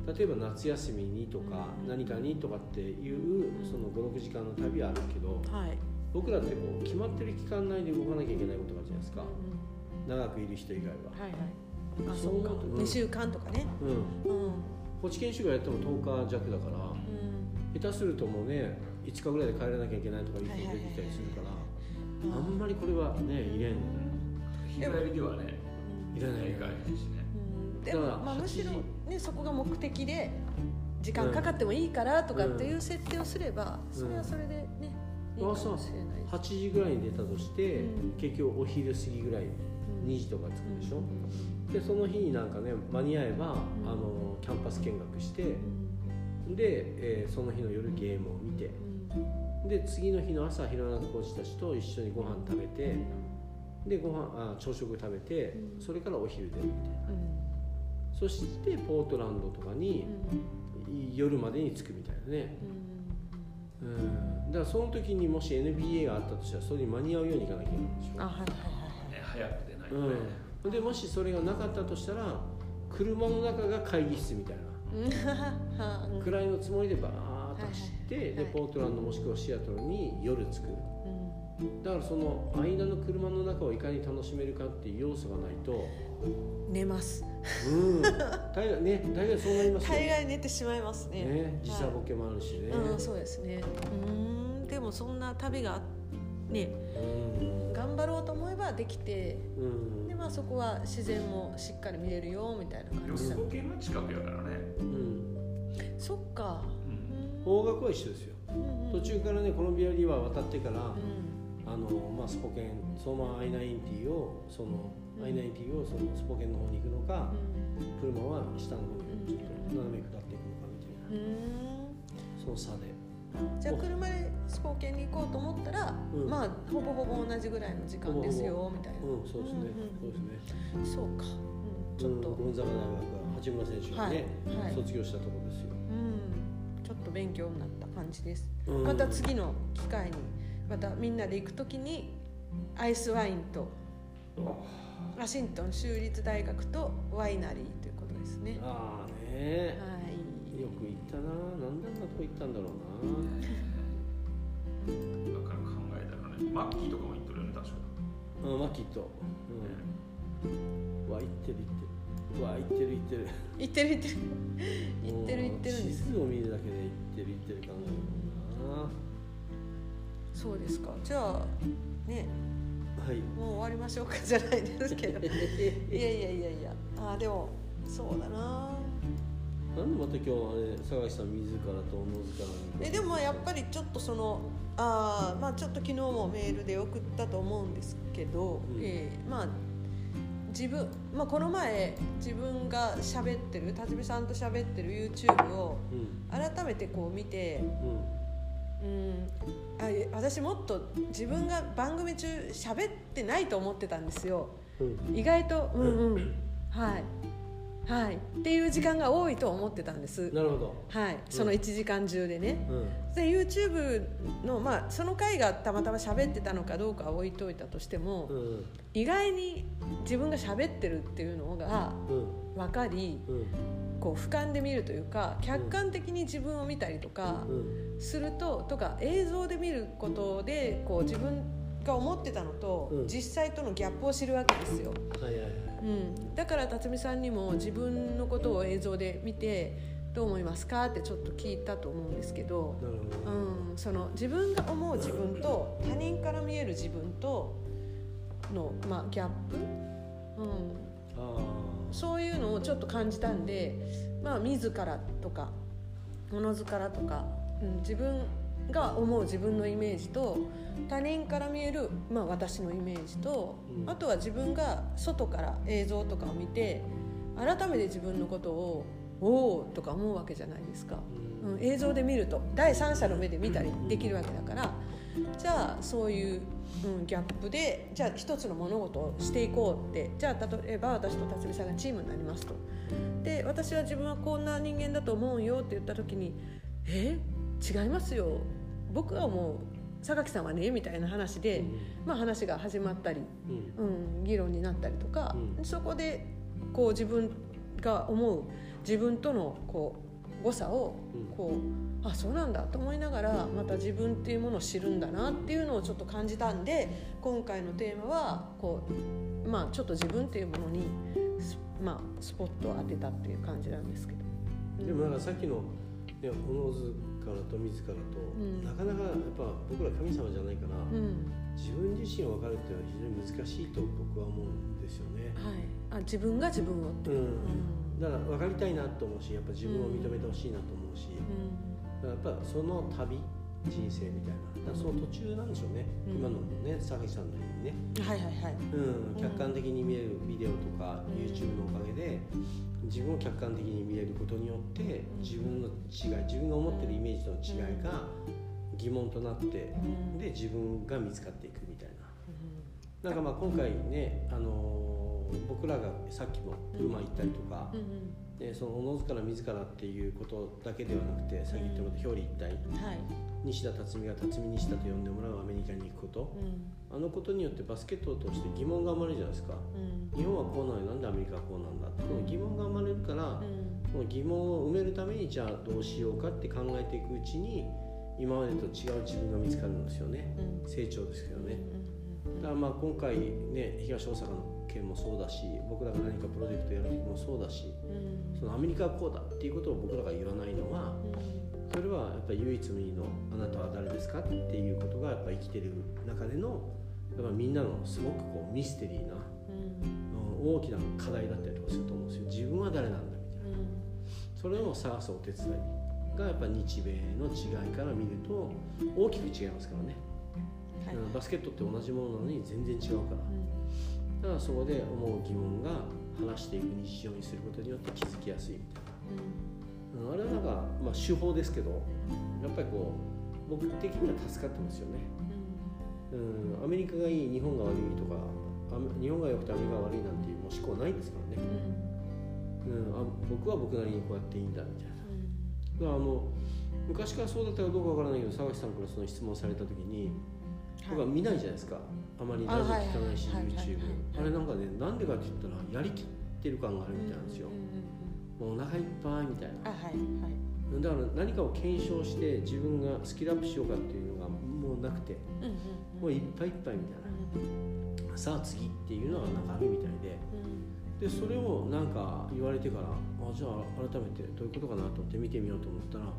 例えば夏休みにとか、うん、何かにとかっていう、うん、そのごろくじかんの旅はあるけど、はい、僕らってこう決まってる期間内で動かなきゃいけないことがあるじゃないですか、うん、長くいる人以外は。はいはい。あ、そうか。うん、にしゅうかんとかね。うん。うん高知研修がやってもとおか弱だから、うん、下手するともうねいつかぐらいで帰らなきゃいけないとかいう人が出てきたりするから、あんまりこれはね入れん、 日帰りではねいらない外ですね、 うん、でもまあむしろねそこが目的で時間かかってもいいからとかっていう設定をすれば、うん、それはそれでね、うん、いいかもしれない。 はちじぐらいに出たとして、うん、結局お昼過ぎぐらいにじとか着くでしょ、うん、でその日になんかね間に合えば、うん、あのキャンパス見学して、うん、で、えー、その日の夜ゲームを見て、うん、で次の日の朝弘中コーチたちと一緒にご飯食べて、うん、でご飯あ朝食食べて、うん、それからお昼出るみたいな、うん、そしてポートランドとかに、うん、夜までに着くみたいなね、うんうん、だからその時にもし エヌビーエー があったとしたらそれに間に合うようにいかなきゃいけないでしょ。あ、はいはいはい、 早く出ないとね、 うん、でもしそれがなかったとしたら車の中が会議室みたいなくらいのつもりでバーッと走って、はいはい、でポートランドもしくはシアトルに夜着く、うん、だからその間の車の中をいかに楽しめるかっていう要素がないと寝ます、 うん、大概ね大概そうなりますよ大概寝てしまいますね、 ね時差ボケもあるしね、 はい、うん、そうですね。うんでもそんな旅がね、うん、頑張ろうと思えばできて、うん、でまあそこは自然もしっかり見れるよみたいな感じだ。 でもスポケンの近くやからね、うん、 そっか、 うん、方角は一緒ですよ、うんうん、途中からねコロンビアリバー渡ってから、うん、あのまあ、スポケンそのまま アイナインティー をその、うん、アイナインティー をそのスポケンの方に行くのか、うん、車は下の方にちょっと斜め下っていくのかみたいな、うん、その差でじゃあ車でスポーケンに行こうと思ったら、うん、まあほぼほぼ同じぐらいの時間ですよみたいな。 うん、そうですね。そうですね。 そうか。うん、ちょっと、 うん、ゴンザガ大学は八村選手がね、はいはい、卒業したところですよ。 うん、ちょっと勉強になった感じです。うん、また次の機会にまたみんなで行くときにアイスワインとワシントン州立大学とワイナリーということですね。 ああね。はい。よく行ったな。なんであんなとこ行ったんだろうな。 今から考えたらね、マッキーとかも行っとるよね、多確かあマキと、うん、わいってるいってるわいってるいってるいってるいってるいってるいってるんです。 地図を見るだけでいってるいってる感じだな。 そうですか。じゃあね、 はい、 もう終わりましょうかじゃないですけどいやいやいやいや、あでもそうだな。 なんでまた今日はね、坂井さん自らと小野塚にえでもやっぱりちょっとそのあまあちょっと昨日もメールで送ったと思うんですけど、うん、えー、まあ自分、まあ、この前自分が喋ってる辰巳さんと喋ってる YouTube を改めてこう見て、うんうん、あ私もっと自分が番組中喋ってないと思ってたんですよ、うん、意外とうんうんはいはい、っていう時間が多いと思ってたんです。 なるほど、 はい、そのいちじかん中でね、うん、で YouTube の、まあ、その回がたまたま喋ってたのかどうかは置いといたとしても、うん、意外に自分が喋ってるっていうのが分かり、うん、こう俯瞰で見るというか客観的に自分を見たりとかすると、とか映像で見ることでこう自分が思ってたのと、うん、実際とのギャップを知るわけですよ、はいはいはい、うん、だから辰巳さんにも自分のことを映像で見てどう思いますかってちょっと聞いたと思うんですけど、なるほど、うん、その自分が思う自分と他人から見える自分との、まあ、ギャップ、うん、あそういうのをちょっと感じたんで、まあ、自らとかおのずからとか、うん、自分が思う自分のイメージと他人から見える、まあ、私のイメージと、うん、あとは自分が外から映像とかを見て改めて自分のことをおーとか思うわけじゃないですか、うん、映像で見ると第三者の目で見たりできるわけだから、じゃあそういう、うん、ギャップでじゃあ一つの物事をしていこうって、じゃあ例えば私と辰巳さんがチームになりますと、で私は自分はこんな人間だと思うよって言った時にえ違いますよ僕は思う榊さんはねみたいな話で、うんまあ、話が始まったり、うんうん、議論になったりとか、うん、そこでこう自分が思う自分とのこう誤差をこう、うん、あそうなんだと思いながらまた自分っていうものを知るんだなっていうのをちょっと感じたんで、今回のテーマはこう、まあ、ちょっと自分っていうものに、まあ、スポットを当てたっていう感じなんですけど、 うん、でもなんかさっきのね、おのずからと自らと、うん、なかなかやっぱ僕ら神様じゃないから、うん、自分自身を分かるっていうのは非常に難しいと僕は思うんですよね、 はい、あ自分が自分をって、うんうん、だから分かりたいなと思うしやっぱ自分を認めてほしいなと思うし、うん、だからやっぱその旅人生みたいな、だからその途中なんでしょうね、うん、今のね榊さんのようにね、 はいはいはい、 うん、客観的に見えるビデオとか、うん、YouTube のおかげで自分を客観的に見えることによって自分の違い自分が思ってるイメージとの違いが疑問となって、うん、で自分が見つかっていくみたいな、うん、なんかまあ今回ね、あのー、僕らがさっきも馬行ったりとか、うん、でそのおのずから自らっていうことだけではなくてさっき言ったこと表裏一体、はい、西田辰巳が辰巳西田と呼んでもらうアメリカに行くこと、うん、あのことによってバスケットを通して疑問が生まれるじゃないですか、うん、日本はこうなのになんでアメリカはこうなんだって、この疑問が生まれるから、うん、この疑問を埋めるためにじゃあどうしようかって考えていくうちに今までと違う自分が見つかるんですよね、うん、成長ですけどね、だからまあ今回ね東大阪の件もそうだし僕らが何かプロジェクトやる時もそうだし、うん、そのアメリカはこうだっていうことを僕らが言わないのは、うん、それはやっぱり唯一無二のあなたは誰ですかっていうことがやっぱり生きてる中でのやっぱみんなのすごくこうミステリーな、うん、大きな課題だったりとかすると思うんですよ。自分は誰なんだみたいな、うん、それを探すお手伝いがやっぱ日米の違いから見ると大きく違いますからね、はい、バスケットって同じものなのに全然違うから、うん、だからそこで思う疑問が話していく日常にすることによって気づきやすいみたいな、うん、あれはなんか、まあ、手法ですけどやっぱりこう僕的には助かってますよね、うんうん、アメリカがいい日本が悪いとか日本が良くてアメリカが悪いなんていう思考ないですからね、うんうん、あ僕は僕なりにこうやっていいんだみたいな、だからあの昔からそうだったかどうかわからないけど榊さんからその質問された時に、はい、僕は見ないじゃないですか、あまりラジオ聞かないし YouTube、あれなんかねなんでかって言ったらやりきってる感があるみたいなんですよ、もうお腹いっぱいみたいな、あ、はいはい、だから何かを検証して自分がスキルアップしようかっていうのがもうなくて、うんうんうん、もういっぱいいっぱいみたいな、うん、さあ次っていうのがなんかあるみたいで、うん、でそれをなんか言われてから、あじゃあ改めてどういうことかなと思って見てみようと思ったら、うん、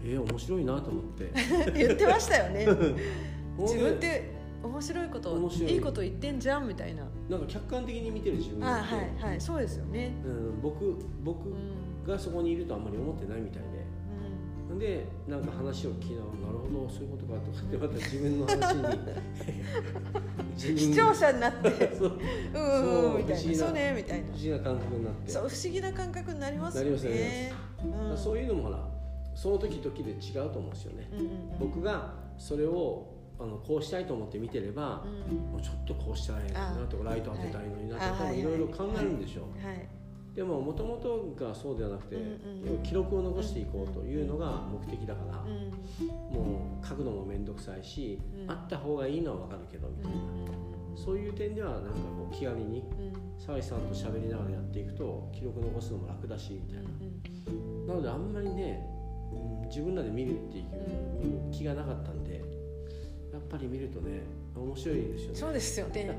えー、面白いなと思って言ってましたよね自分って面白いこといいこと言ってんじゃんみたいな、 なんか客観的に見てる自分がいて、はいはい、そうですよね、 うん、僕僕がそこにいるとあんまり思ってないみたいで、うん、でなんか話を聞きながら、なるほどそういうことかとかってまた自分の話に自分視聴者になってそううんうんみたいな、そうねみたいな不思議な感覚になって、 そう不思議な感覚になりますよね。なりますね、 うん、そういうのもほらその時々で違うと思うんですよね、うんうんうん、僕がそれをあのこうしたいと思って見てれば、うん、もうちょっとこうしたらいいなとかライト当てたいのになとかいろいろ考えるんでしょう、はいはい、でももともとがそうではなくて、うんうん、記録を残していこうというのが目的だから、うん、もう書くのもめんどくさいし、うん、あった方がいいのは分かるけどみたいな、うん、そういう点ではなんかこう気軽に澤井さんと喋りながらやっていくと記録残すのも楽だしみたいな、うんうん、なのであんまりね、うん、自分らで見るっていう、うん、気がなかったんで、やっぱり見るとね面白いですよね。 そうですよねなん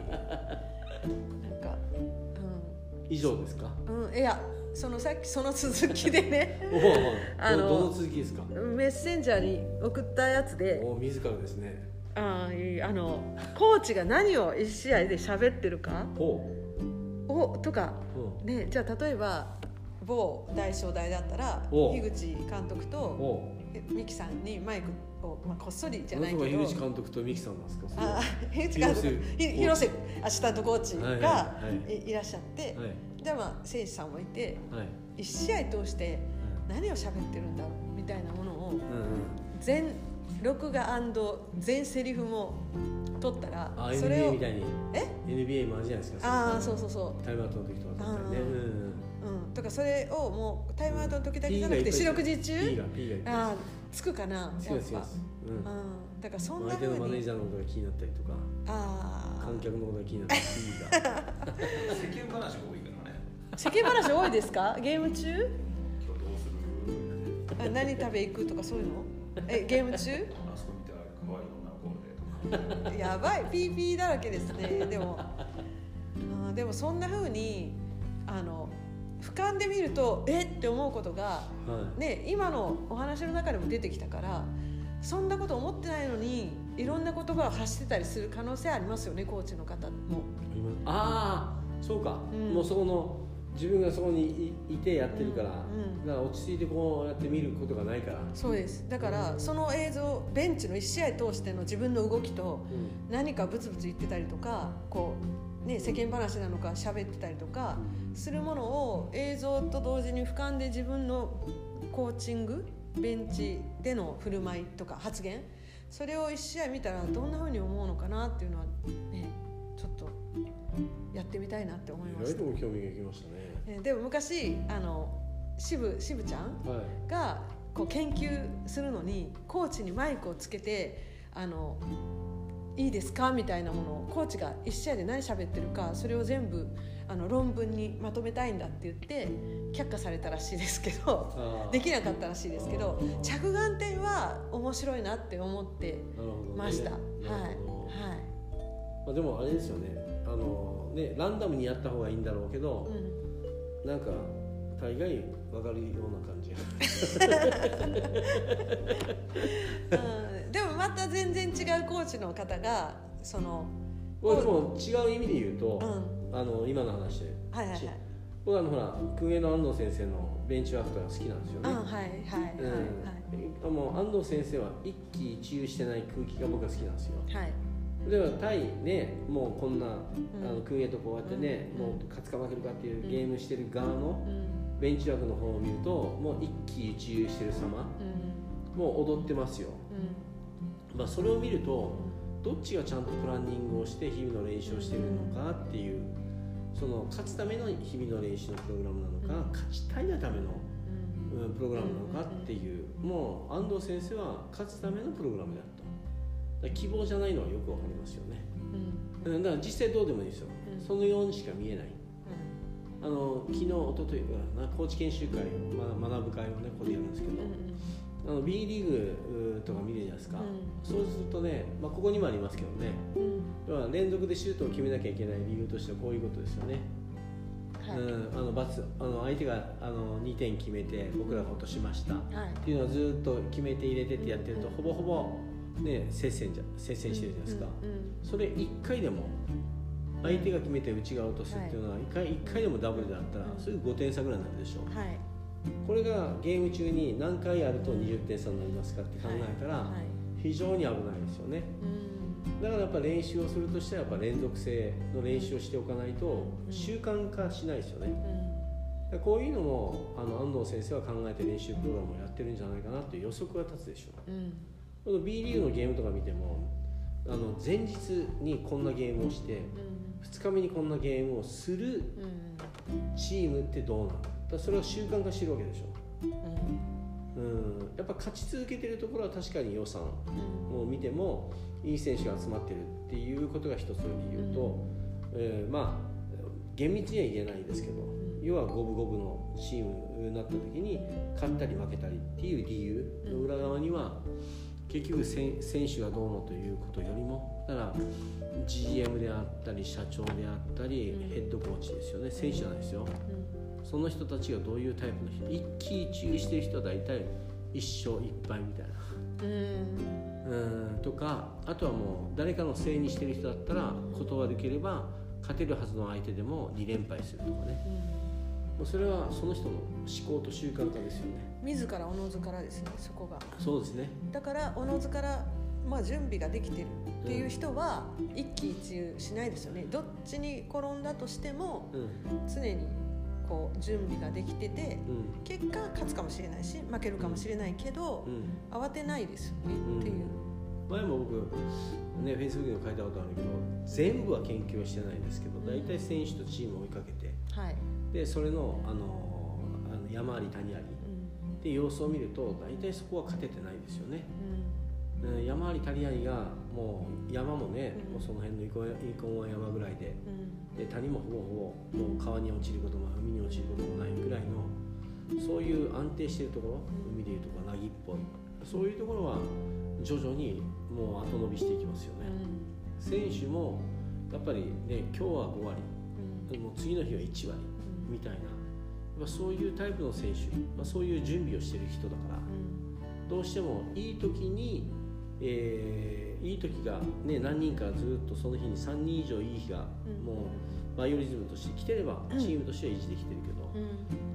か、 うん、以上ですか？ うん、いやそのさっきその続きでねあのどの続きですか？ メッセンジャーに送ったやつで、 お自らですね。 ああのコーチが何を一試合で喋ってるかおとか、ね、じゃあ例えば某大正大だったら樋口監督と三木さんにマイクを、まあ、こっそりじゃないけど、 樋口監督と三木さんなんですか？ あ樋口監督広瀬アシスタントコーチがいらっしゃって、はいはい、でまあ選手さんもいて、はい、一試合通して何を喋ってるんだろうみたいなものを全録画&全セリフも取ったら、 あそれを エヌビーエー みたいにえ エヌビーエー もあるじゃないですか。 ああそうそうそうタイムアウトの時とかだったりね、 うん、とかそれをもうタイムアウトの時だけじゃなくて四六時中 P が P があつくかなやっぱ、 うん、 だからそんな風に相手のマネージャーのことが気になったりとか、あ観客のことが気になったり P が世間話が多いからね。 世間話多いですか？ゲーム中今日どうする何食べ行くとかそういうのえゲーム中あそこ見たら可愛い女の子でとかやばい ピーピー だらけですね。でもあでもそんな風にあの俯瞰で見るとえって思うことが、はいね、今のお話の中でも出てきたから、そんなこと思ってないのにいろんな言葉を発してたりする可能性ありますよね、コーチの方も。 ああそうか、うん、もうそこの自分がそこに い, いてやってるから、うんうん、だから落ち着いてこうやって見ることがないから。 そうです。だからその映像ベンチのいち試合通しての自分の動きと、うん、何かブツブツ言ってたりとかこう、ね、世間話なのか喋ってたりとかするものを映像と同時に俯瞰で自分のコーチングベンチでの振る舞いとか発言、それをいち試合見たらどんな風に思うのかなっていうのはねちょっとやってみたいなって思いました。 意外と興味がいきましたね。 でも昔あの渋渋ちゃんがこう研究するのにコーチにマイクをつけてあのいいですかみたいなものをコーチがいち試合で何喋ってるかそれを全部あの論文にまとめたいんだって言って却下されたらしいですけどできなかったらしいですけど、着眼点は面白いなって思ってました。はいはい。 まあ、でもあれですよね、あのねランダムにやった方がいいんだろうけど、うん、なんか大概分かるような感じうん、でもまた全然違うコーチの方がそのこれでも違う意味で言うと、うん、あの今の話で、はいはいはい、僕はあのほら空営の安藤先生のベンチワークとか好きなんですよね。あ、はいはいはい、うん、もう安藤先生は一喜一憂してない空気が僕は好きなんですよ。はい。では対ねもうこんな、うん、あの空営とこうやってね、うん、もう勝つか負けるかっていうゲームしてる側のベンチワークの方を見るともう一喜一憂してる様、うん、もう踊ってますよ。うん、まあそれを見ると。どっちがちゃんとプランニングをして日々の練習をしているのかっていう、その勝つための日々の練習のプログラムなのか、勝ちたいがための、うん、プログラムなのかっていう、もう安藤先生は勝つためのプログラムだと。だから希望じゃないのはよくわかりますよね。うん、だから実際どうでもいいですよ。そのようにしか見えない。あの昨日一昨日かなコーチ研修会を、まあ、学ぶ会をねここでやるんですけど、 あの B リーグとか見るじゃないですか、うん、そうするとね、まあ、ここにもありますけどね、うん、要は連続でシュートを決めなきゃいけない理由としてはこういうことですよね、はい、うん、あのバツあの相手があのにてん決めて僕らが落としました、はい、っていうのをずっと決めて入れてってやってると、うん、ほぼほぼ、ね、接戦じゃ接戦してるじゃないですか、うんうんうん、それいっかいでも相手が決めて内側を落とすっていうのは いっかい、いっかいでもダブルであったらすぐごてん差ぐらいになるでしょう、はい、これがゲーム中に何回やるとにじゅってん差になりますかって考えたら非常に危ないですよね、だからやっぱ練習をするとしてはやっぱ連続性の練習をしておかないと習慣化しないですよね、こういうのもあの安藤先生は考えて練習プログラムをやってるんじゃないかなという予測が立つでしょう、うん、この B リーグのゲームとか見てもあの前日にこんなゲームをして、うん、ふつかめにこんなゲームをするチームってどうなのだ、それを習慣化してるわけでしょ、うんうん、やっぱ勝ち続けてるところは確かに予算を見てもいい選手が集まってるっていうことが一つの理由と、うんえー、まあ厳密には言えないですけど、要は五分五分のチームになった時に勝ったり負けたりっていう理由の裏側には結局選手がどうのということよりもだから ジーエム であったり社長であったりヘッドコーチですよね、選手じゃないですよ、その人たちがどういうタイプの人、一喜一憂してる人は大体一勝一敗みたいなうんうんとか、あとはもう誰かのせいにしてる人だったら断るければ勝てるはずの相手でもに連敗するとかね、もうそれはその人の思考と習慣化ですよね。 自らおのずからですね、そこが。 そうですね。 だからおのずから、まあ、準備ができてるっていう人は一喜一憂しないですよね、どっちに転んだとしても、うん、常にこう準備ができてて、うん、結果勝つかもしれないし負けるかもしれないけど、うん、慌てないですよね、うん、っていう。 前も僕ね、フェイスブックにも書いたことあるけど、全部は研究はしてないんですけど、大体選手とチームを追いかけて、はい、でそれの、あのあの山あり谷あり、うん、っていう様子を見ると大体そこは勝ててないですよね、うん、山あり谷ありがもう山もね、うん、もうその辺のイコンは山ぐらいで、うん、で谷もほぼほぼもう川に落ちることも海に落ちることもないぐらいのそういう安定しているところ、うん、海でいうところ凪っぽいそういうところは徐々にもう後伸びしていきますよね、うん、選手もやっぱりね今日はご割、うん、もう次の日はいち割みたいな、やっぱそういうタイプの選手、まあ、そういう準備をしている人だから、うん、どうしてもいい時に、えー、いい時が、ね、何人かずっとその日にさんにん以上いい日がもうバイオリズムとして来てればチームとしては維持できてるけど、うん、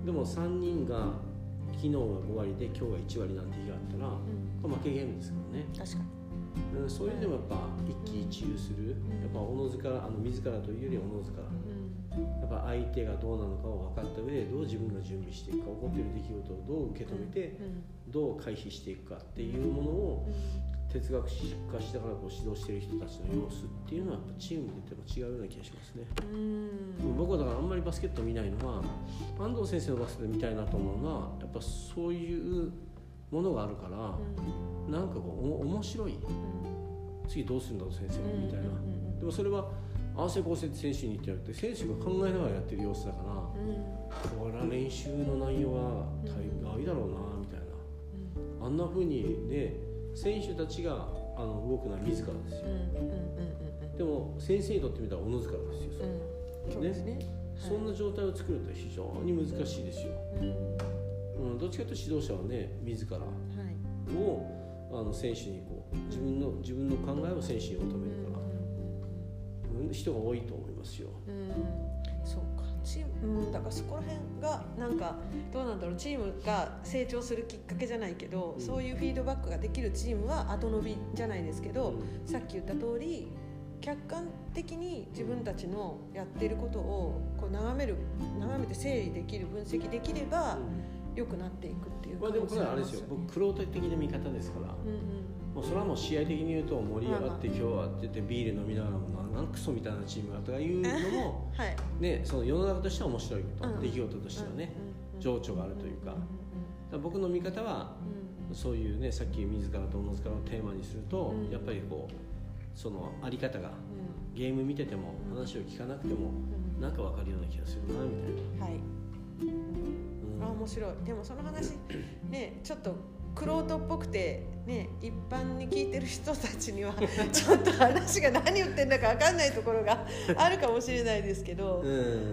でもさんにんが昨日はご割で今日はいち割なんて日があったら、うん、負けゲームですからね。 確かに。 うん、そういうのもやっぱ一喜一憂する、うん、やっぱおのずからあの自らというよりおのずから、うん、やっぱ相手がどうなのかを分かった上でどう自分が準備していくか、起こっている出来事をどう受け止めて、うん、どう回避していくかっていうものを哲学化しながらこう指導している人たちの様子っていうのはやっぱチームでも違うような気がしますね。うん、僕はだからあんまりバスケット見ないのは安藤先生のバスケット見たいなと思うのはやっぱそういうものがあるから、うん、なんかこうお面白い、うん、次どうするんだろう先生みたいな、うん、でもそれは合わせ構成選手にってやって選手が考えながらやってる様子だから、うん、これは練習の内容は大概だろうなみたいな、うん、あんな風にね選手たちがあの動くのは自らですよ、うんうんうんうん、でも先生にとってみたらおのずからですよ、 うん、そうですね、はい、 そんな状態を作ると非常に難しいですよ、うんうん、どっちかというと指導者はね自らを、はい、あの選手にこう自分の自分の考えを選手に求めるから、うんうん、人が多いと思いますよ、うん、 そうかチーム、うん、だからそこら辺がなんかどうなんだろう、チームが成長するきっかけじゃないけど、うん、そういうフィードバックができるチームは後伸びじゃないですけど、うん、さっき言った通り客観的に自分たちのやっていることをこう眺める眺めて整理できる、分析できれば良くなっていくっていう感じですよね。 まあでもこれはあれですよ、僕クロート的な見方ですから、うんうん、もうそれはもう試合的に言うと盛り上がって今日はって言ってビール飲みながらもなんクソみたいなチームがとかいうのも、はいね、その世の中としては面白いこと、うん、出来事としてはね、うん、情緒があるというか、うん、僕の見方は、うん、そういうねさっき自らとおのずからをテーマにすると、うん、やっぱりこうそのあり方が、うん、ゲーム見てても話を聞かなくても、うん、なんか分かるような気がするなみたいな。 はい、うん、あ面白い。でもその話ねちょっと玄人っぽくて、ね、一般に聞いてる人たちにはちょっと話が何言ってんだか分かんないところがあるかもしれないですけど、うん、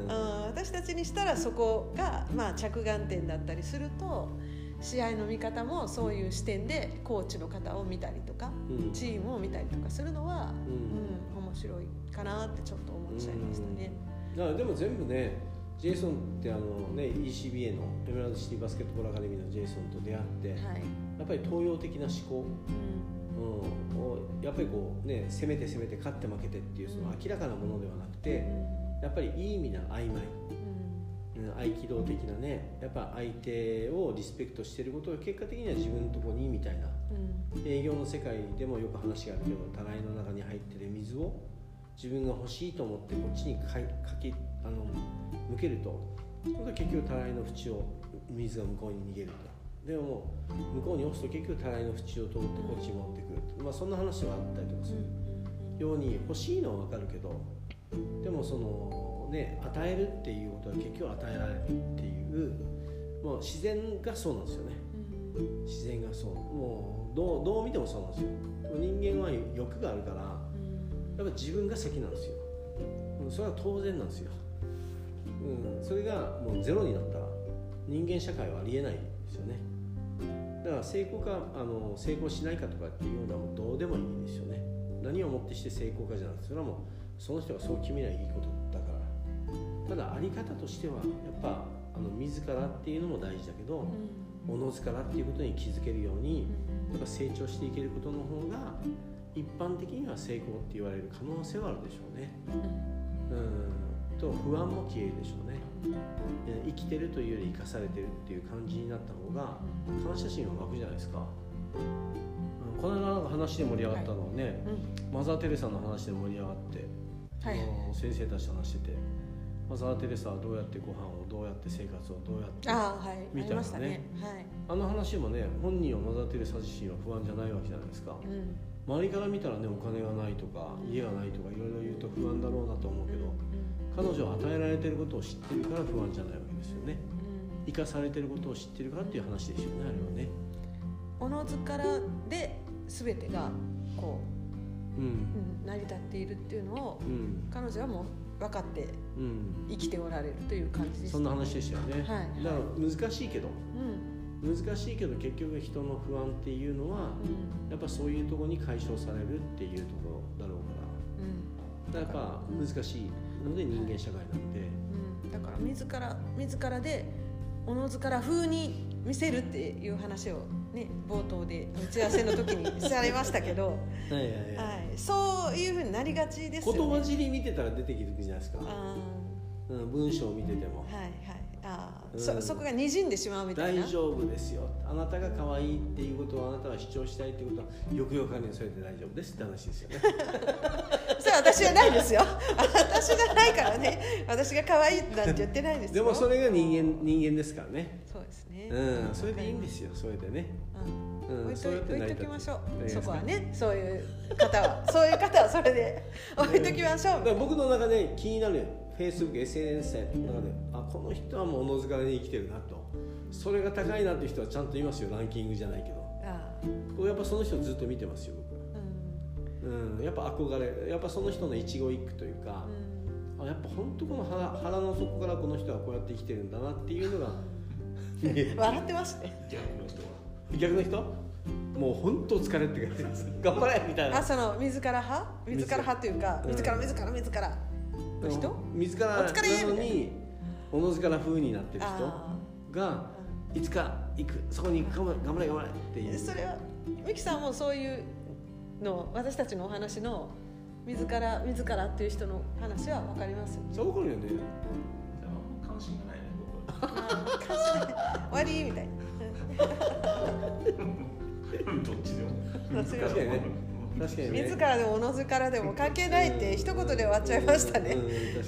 私たちにしたらそこが、まあ、着眼点だったりすると試合の見方もそういう視点でコーチの方を見たりとか、うん、チームを見たりとかするのは、うんうん、面白いかなってちょっと思っちゃいましたね。 だからでも全部ねジェイソンってあの、ね、イーシービーエー のエメラルドシティバスケットボールアカデミーのジェイソンと出会って、はい、やっぱり東洋的な思考、うんうん、をやっぱりこう、ね、攻めて攻めて勝って負けてっていうその明らかなものではなくて、うん、やっぱりいい意味な曖昧、うん、合気道的なねやっぱ相手をリスペクトしていることが結果的には自分のところにみたいな、うん、営業の世界でもよく話があるけどたらいの中に入ってる水を自分が欲しいと思ってこっちにかきあの向けると結局たらいの縁を水が向こうに逃げるとでも向こうに押すと結局たらいの縁を通ってこっちに持ってくると、まあ、そんな話はあったりとかするように欲しいのは分かるけどでもそのね与えるっていうことは結局与えられるっていうもう自然がそうなんですよね。自然がそうもうどう、どう見てもそうなんですよ。人間は欲があるからやっぱ自分が先なんですよ。それは当然なんですよ。うん、それがもうゼロになったら人間社会はありえないですよね。だから成功かあの成功しないかとかっていうのはもうどうでもいいですよね。何をもってして成功かじゃなくてそれはもうその人がそう決めりゃいいことだから。ただあり方としてはやっぱあの自らっていうのも大事だけど、うん、おのずからっていうことに気づけるようにやっぱ成長していけることの方が一般的には成功って言われる可能性はあるでしょうね。うんと不安も消えるでしょうね。生きてるというより生かされてるっていう感じになった方が感謝心は湧くじゃないですか。うん、この間なんか話で盛り上がったのはね、はいうん、マザー・テレサの話で盛り上がって、はい、あの先生たちと話しててマザー・テレサはどうやってご飯をどうやって生活をどうやってあ、はい、 みたいな ね, ね、はい、あの話もね本人はマザー・テレサ自身は不安じゃないわけじゃないですか。うん周りから見たらねお金がないとか家がないとかいろいろ言うと不安だろうなと思うけど、彼女は与えられていることを知ってるから不安じゃないわけですよね。生かされていることを知ってるからっていう話でしょうね。あれはねおのずからで全てがこう、うんうん、成り立っているっていうのを、うん、彼女はもう分かって生きておられるという感じです、ね、 そんな話でしたよね、はい、だから難しいけど、うん難しいけど結局人の不安っていうのは、うん、やっぱそういうところに解消されるっていうところだろうから、うん、だからやっぱ難しいので人間社会なんで、 うん、だから自ら自らでおのずから風に見せるっていう話をね冒頭で打ち合わせの時にされましたけどはいはい、はいはい、そういう風になりがちですよね。 言葉尻見てたら出てきるじゃないですか。あ、うん、文章を見ててもはいはいああ、うん、そ, そこが滲んでしまうみたいな。 大丈夫ですよあなたが可愛いっていうことをあなたは主張したいっていうことはよくよく考えてそれで大丈夫ですって話ですよねそれは私じゃないですよ私じゃないからね私が可愛いなんて言ってないんですよでもそれが人間人間ですからね。 そうですね、 うん、それでいいんですよそれでね、 うんうん、置いと、置いときましょうそこはねそういう方はそういう方はそれで置いときましょう、 だから僕の中で気になるFacebook、エスエヌエス の中で、あ、この人はもうおのずからに生きてるなと、それが高いなっていう人はちゃんといますよ。ランキングじゃないけど、ああやっぱその人をずっと見てますよ僕は、うんうん、やっぱ憧れ、やっぱその人の一期一会というか、うん、あやっぱ本当この 腹, 腹の底からこの人はこうやって生きてるんだなっていうのが笑ってますね。 逆の人は逆の人もう本当疲れって感じです頑張れみたいな。 あ、その自ら派自ら派というか、自ら自ら自らの人自らなのにおのずから風になってる人がいつか行く、そこに頑張れ頑張れ頑張れっていう。 それはミキさんもそういうの私たちのお話の自ら自らっていう人の話は分かりますよね。 そう分かるよね。 関心がないね僕は。 あ関心ない終わりみたいなどっちでも確かにね確かにね、 自らでもおのずからでも関係ないって一言で終わっちゃいましたね、うんうん、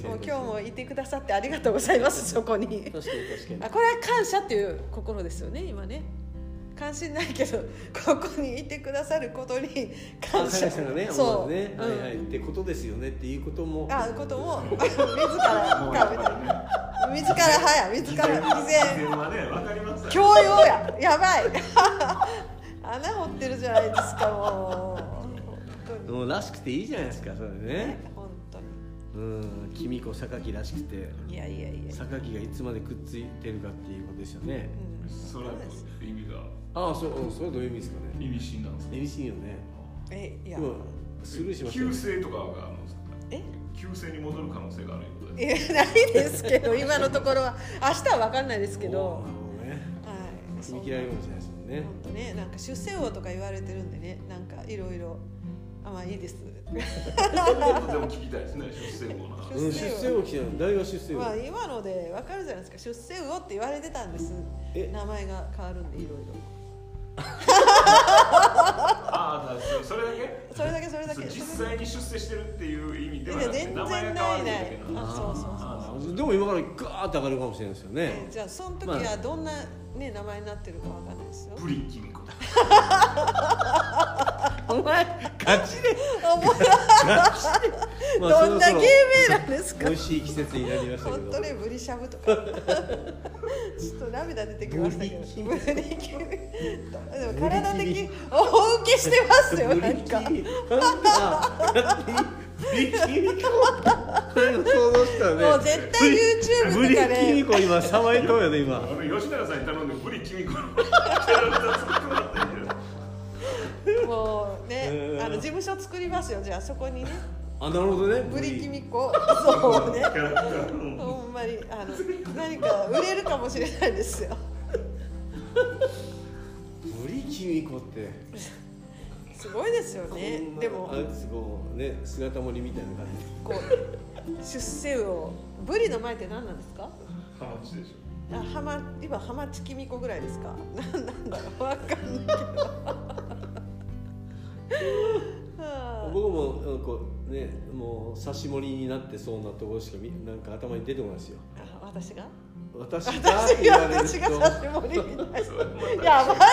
もう今日もいてくださってありがとうございますそこに確かに確かにあこれは感謝っていう心ですよね今ね。関心ないけどここにいてくださることに感謝がねそうね、うん、はいはいってことですよねっていうこともあことも自らか自自ら派や自ら偽善はね分かります教養ややばい穴掘ってるじゃないですかもうもうらしくていいじゃないですかそれね、 ね本当にうん君子榊らしくていやいやいや榊がいつまでくっついてるかっていうことですよね、 うん、それは意味がああそうそれはどういう意味ですかね意味深なんですか意味深よねえいやスルーしました旧姓とかがあるんですかえ旧姓に戻る可能性があるよういやないですけど今のところは明日は分かんないですけどなるほどねはい見切られるかもしれないですもんね本当ねなんか出世王とか言われてるんでねなんかいろいろあまあいいですでも聞きたいですね出世王なうん、出世王来てる誰が出世王、 まあ今ので分かるじゃないですか出世魚って言われてたんです名前が変わるんでいろいろああそれだけそれだけそれだけ実際に出世してるっていう意味ではなくて全然名前が変わるだけないないあそうそうそうでも今からガーッと上がるかもしれないですよね、 えー、じゃあその時はどんな、ね、名前になってるか分かんないですよブリキミコお前ガチでおもろまあどんな芸名なんですか美味しい季節になりましたけど本当ねブリしゃぶとかちょっと涙出てきましたけどブリキミでも体的大受けしてますよなんかブリキミブリキミコこれの想像したらねもう絶対 YouTube とかねブリキミコ今騒いとるやで今吉永さんに頼んでブリキミコのキャラクター作ってもらったんやもうねあの事務所作りますよじゃあそこにねあなるほどねブリキミコそうねキャラクターほんまにあの何か売れるかもしれないですよブリキミコってすごいですよねでもあれすごいね姿盛りみたいな感じこう出世魚ブリの前って何なんですかハマチでしあはま今ハマチキミコぐらいですかなんなんだろうわかんないけど僕もこうねもう刺し盛りになってそうなところしかみなんか頭に出てこないですよあ私が私が私が言われる私が刺し盛りみたいなょやばい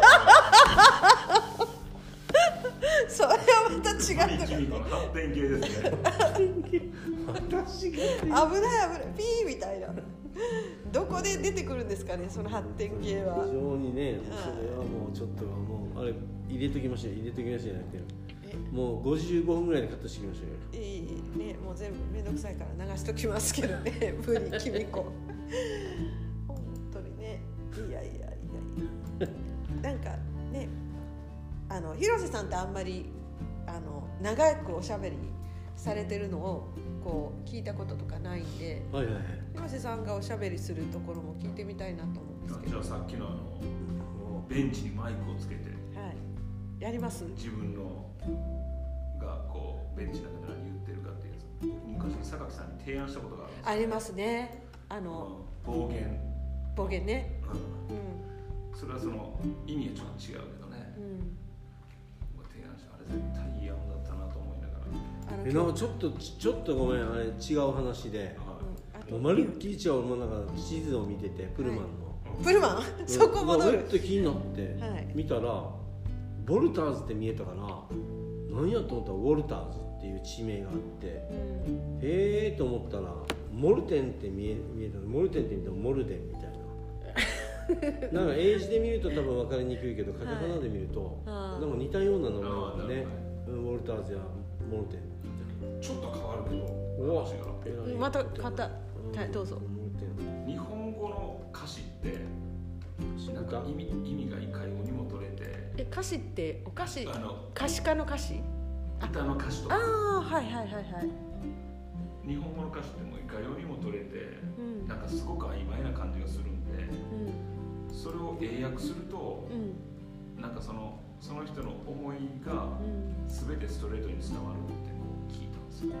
それはまた違うブリキミコの発展系ですね私が危ない危ないピーみたいなどこで出てくるんですかねその発展系は非常にねそれはもうちょっともうあれ入れときましょう入れときましょうじゃなくてもうごじゅうごふんぐらいでカットしてきましょうよいいねもう全部めんどくさいから流しときますけどねブリキミコ本当にねいやいやいやいやなんかねあの広瀬さんってあんまりあの長くおしゃべりされてるのをこう聞いたこととかないんで、 はいはいはい広瀬さんがおしゃべりするところも聞いてみたいなと思うんですけどじゃあさっきのあのベンチにマイクをつけてはいやります自分のがこうベンチの中で何言ってるかっていうやつ昔榊さんに提案したことがあるんですありますねあの暴言暴言ねうんうんそれはその意味はちょっと違うけどね、 うん提案したあれ絶対いい案だったなと思いながらあのえなんかちょっとちょっとごめんあれ違う話でもうまるっきり違うもうなんか地図を見ててプルマンの、 プルマンそこ戻るうわって気になってはい見たらボルターズって見えたから何やと思ったらウォルターズっていう地名があってうんへえと思ったらモルテンって見え見えたのモルテンって見たらモルデンみたいななんか英字で見ると多分分かりにくいけどカタカナで見ると、 はい、 なんか似たような名前があーね、うん、ウォルターズやモルテンちょっと変わるけどうわ話がうんまた方はいどうぞモルテン日本語の歌詞ってなんか意味意味がいかようにも取れてえ歌詞ってお菓子あの可視化の歌詞歌の歌詞とあかあはいはいはいはい日本語の歌詞ってもいかようにも取れて、 うんなんかすごく曖昧な感じがするんでうんそれを英訳するとうんなんかそのその人の思いがうん全てストレートに伝わるってこう聞いたんですよ。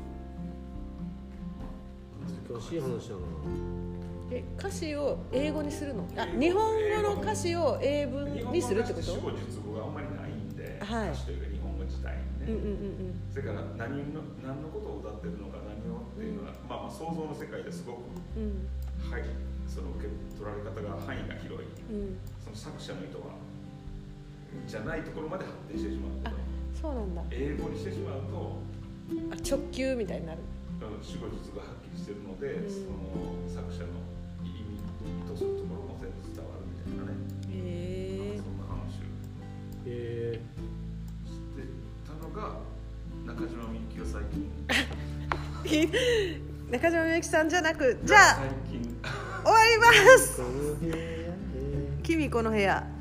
難しい話だなえ歌詞を英語にするのあ日本語の歌詞を英文にするってこと日本語の歌詞って主語述語があんまりないんで、 はい歌詞というか日本語自体にね、 うんうんうんそれから何の何のことを歌ってるのか何をっていうのは、まあ、まあ想像の世界ですごく、 うんはい、その受け取られ方が範囲が広い、 うんその作者の意図はじゃないところまで発展してしまうけどそうなんだ英語にしてしまうとあ直球みたいになる主語述語がはっきしてるので、うん、その作者の意味とするところも全部伝わるみたいなね、へー、そんな話をしてたのが中島みゆきが最近中島みゆきさんじゃなく、じゃあ終わります。きみこの部屋。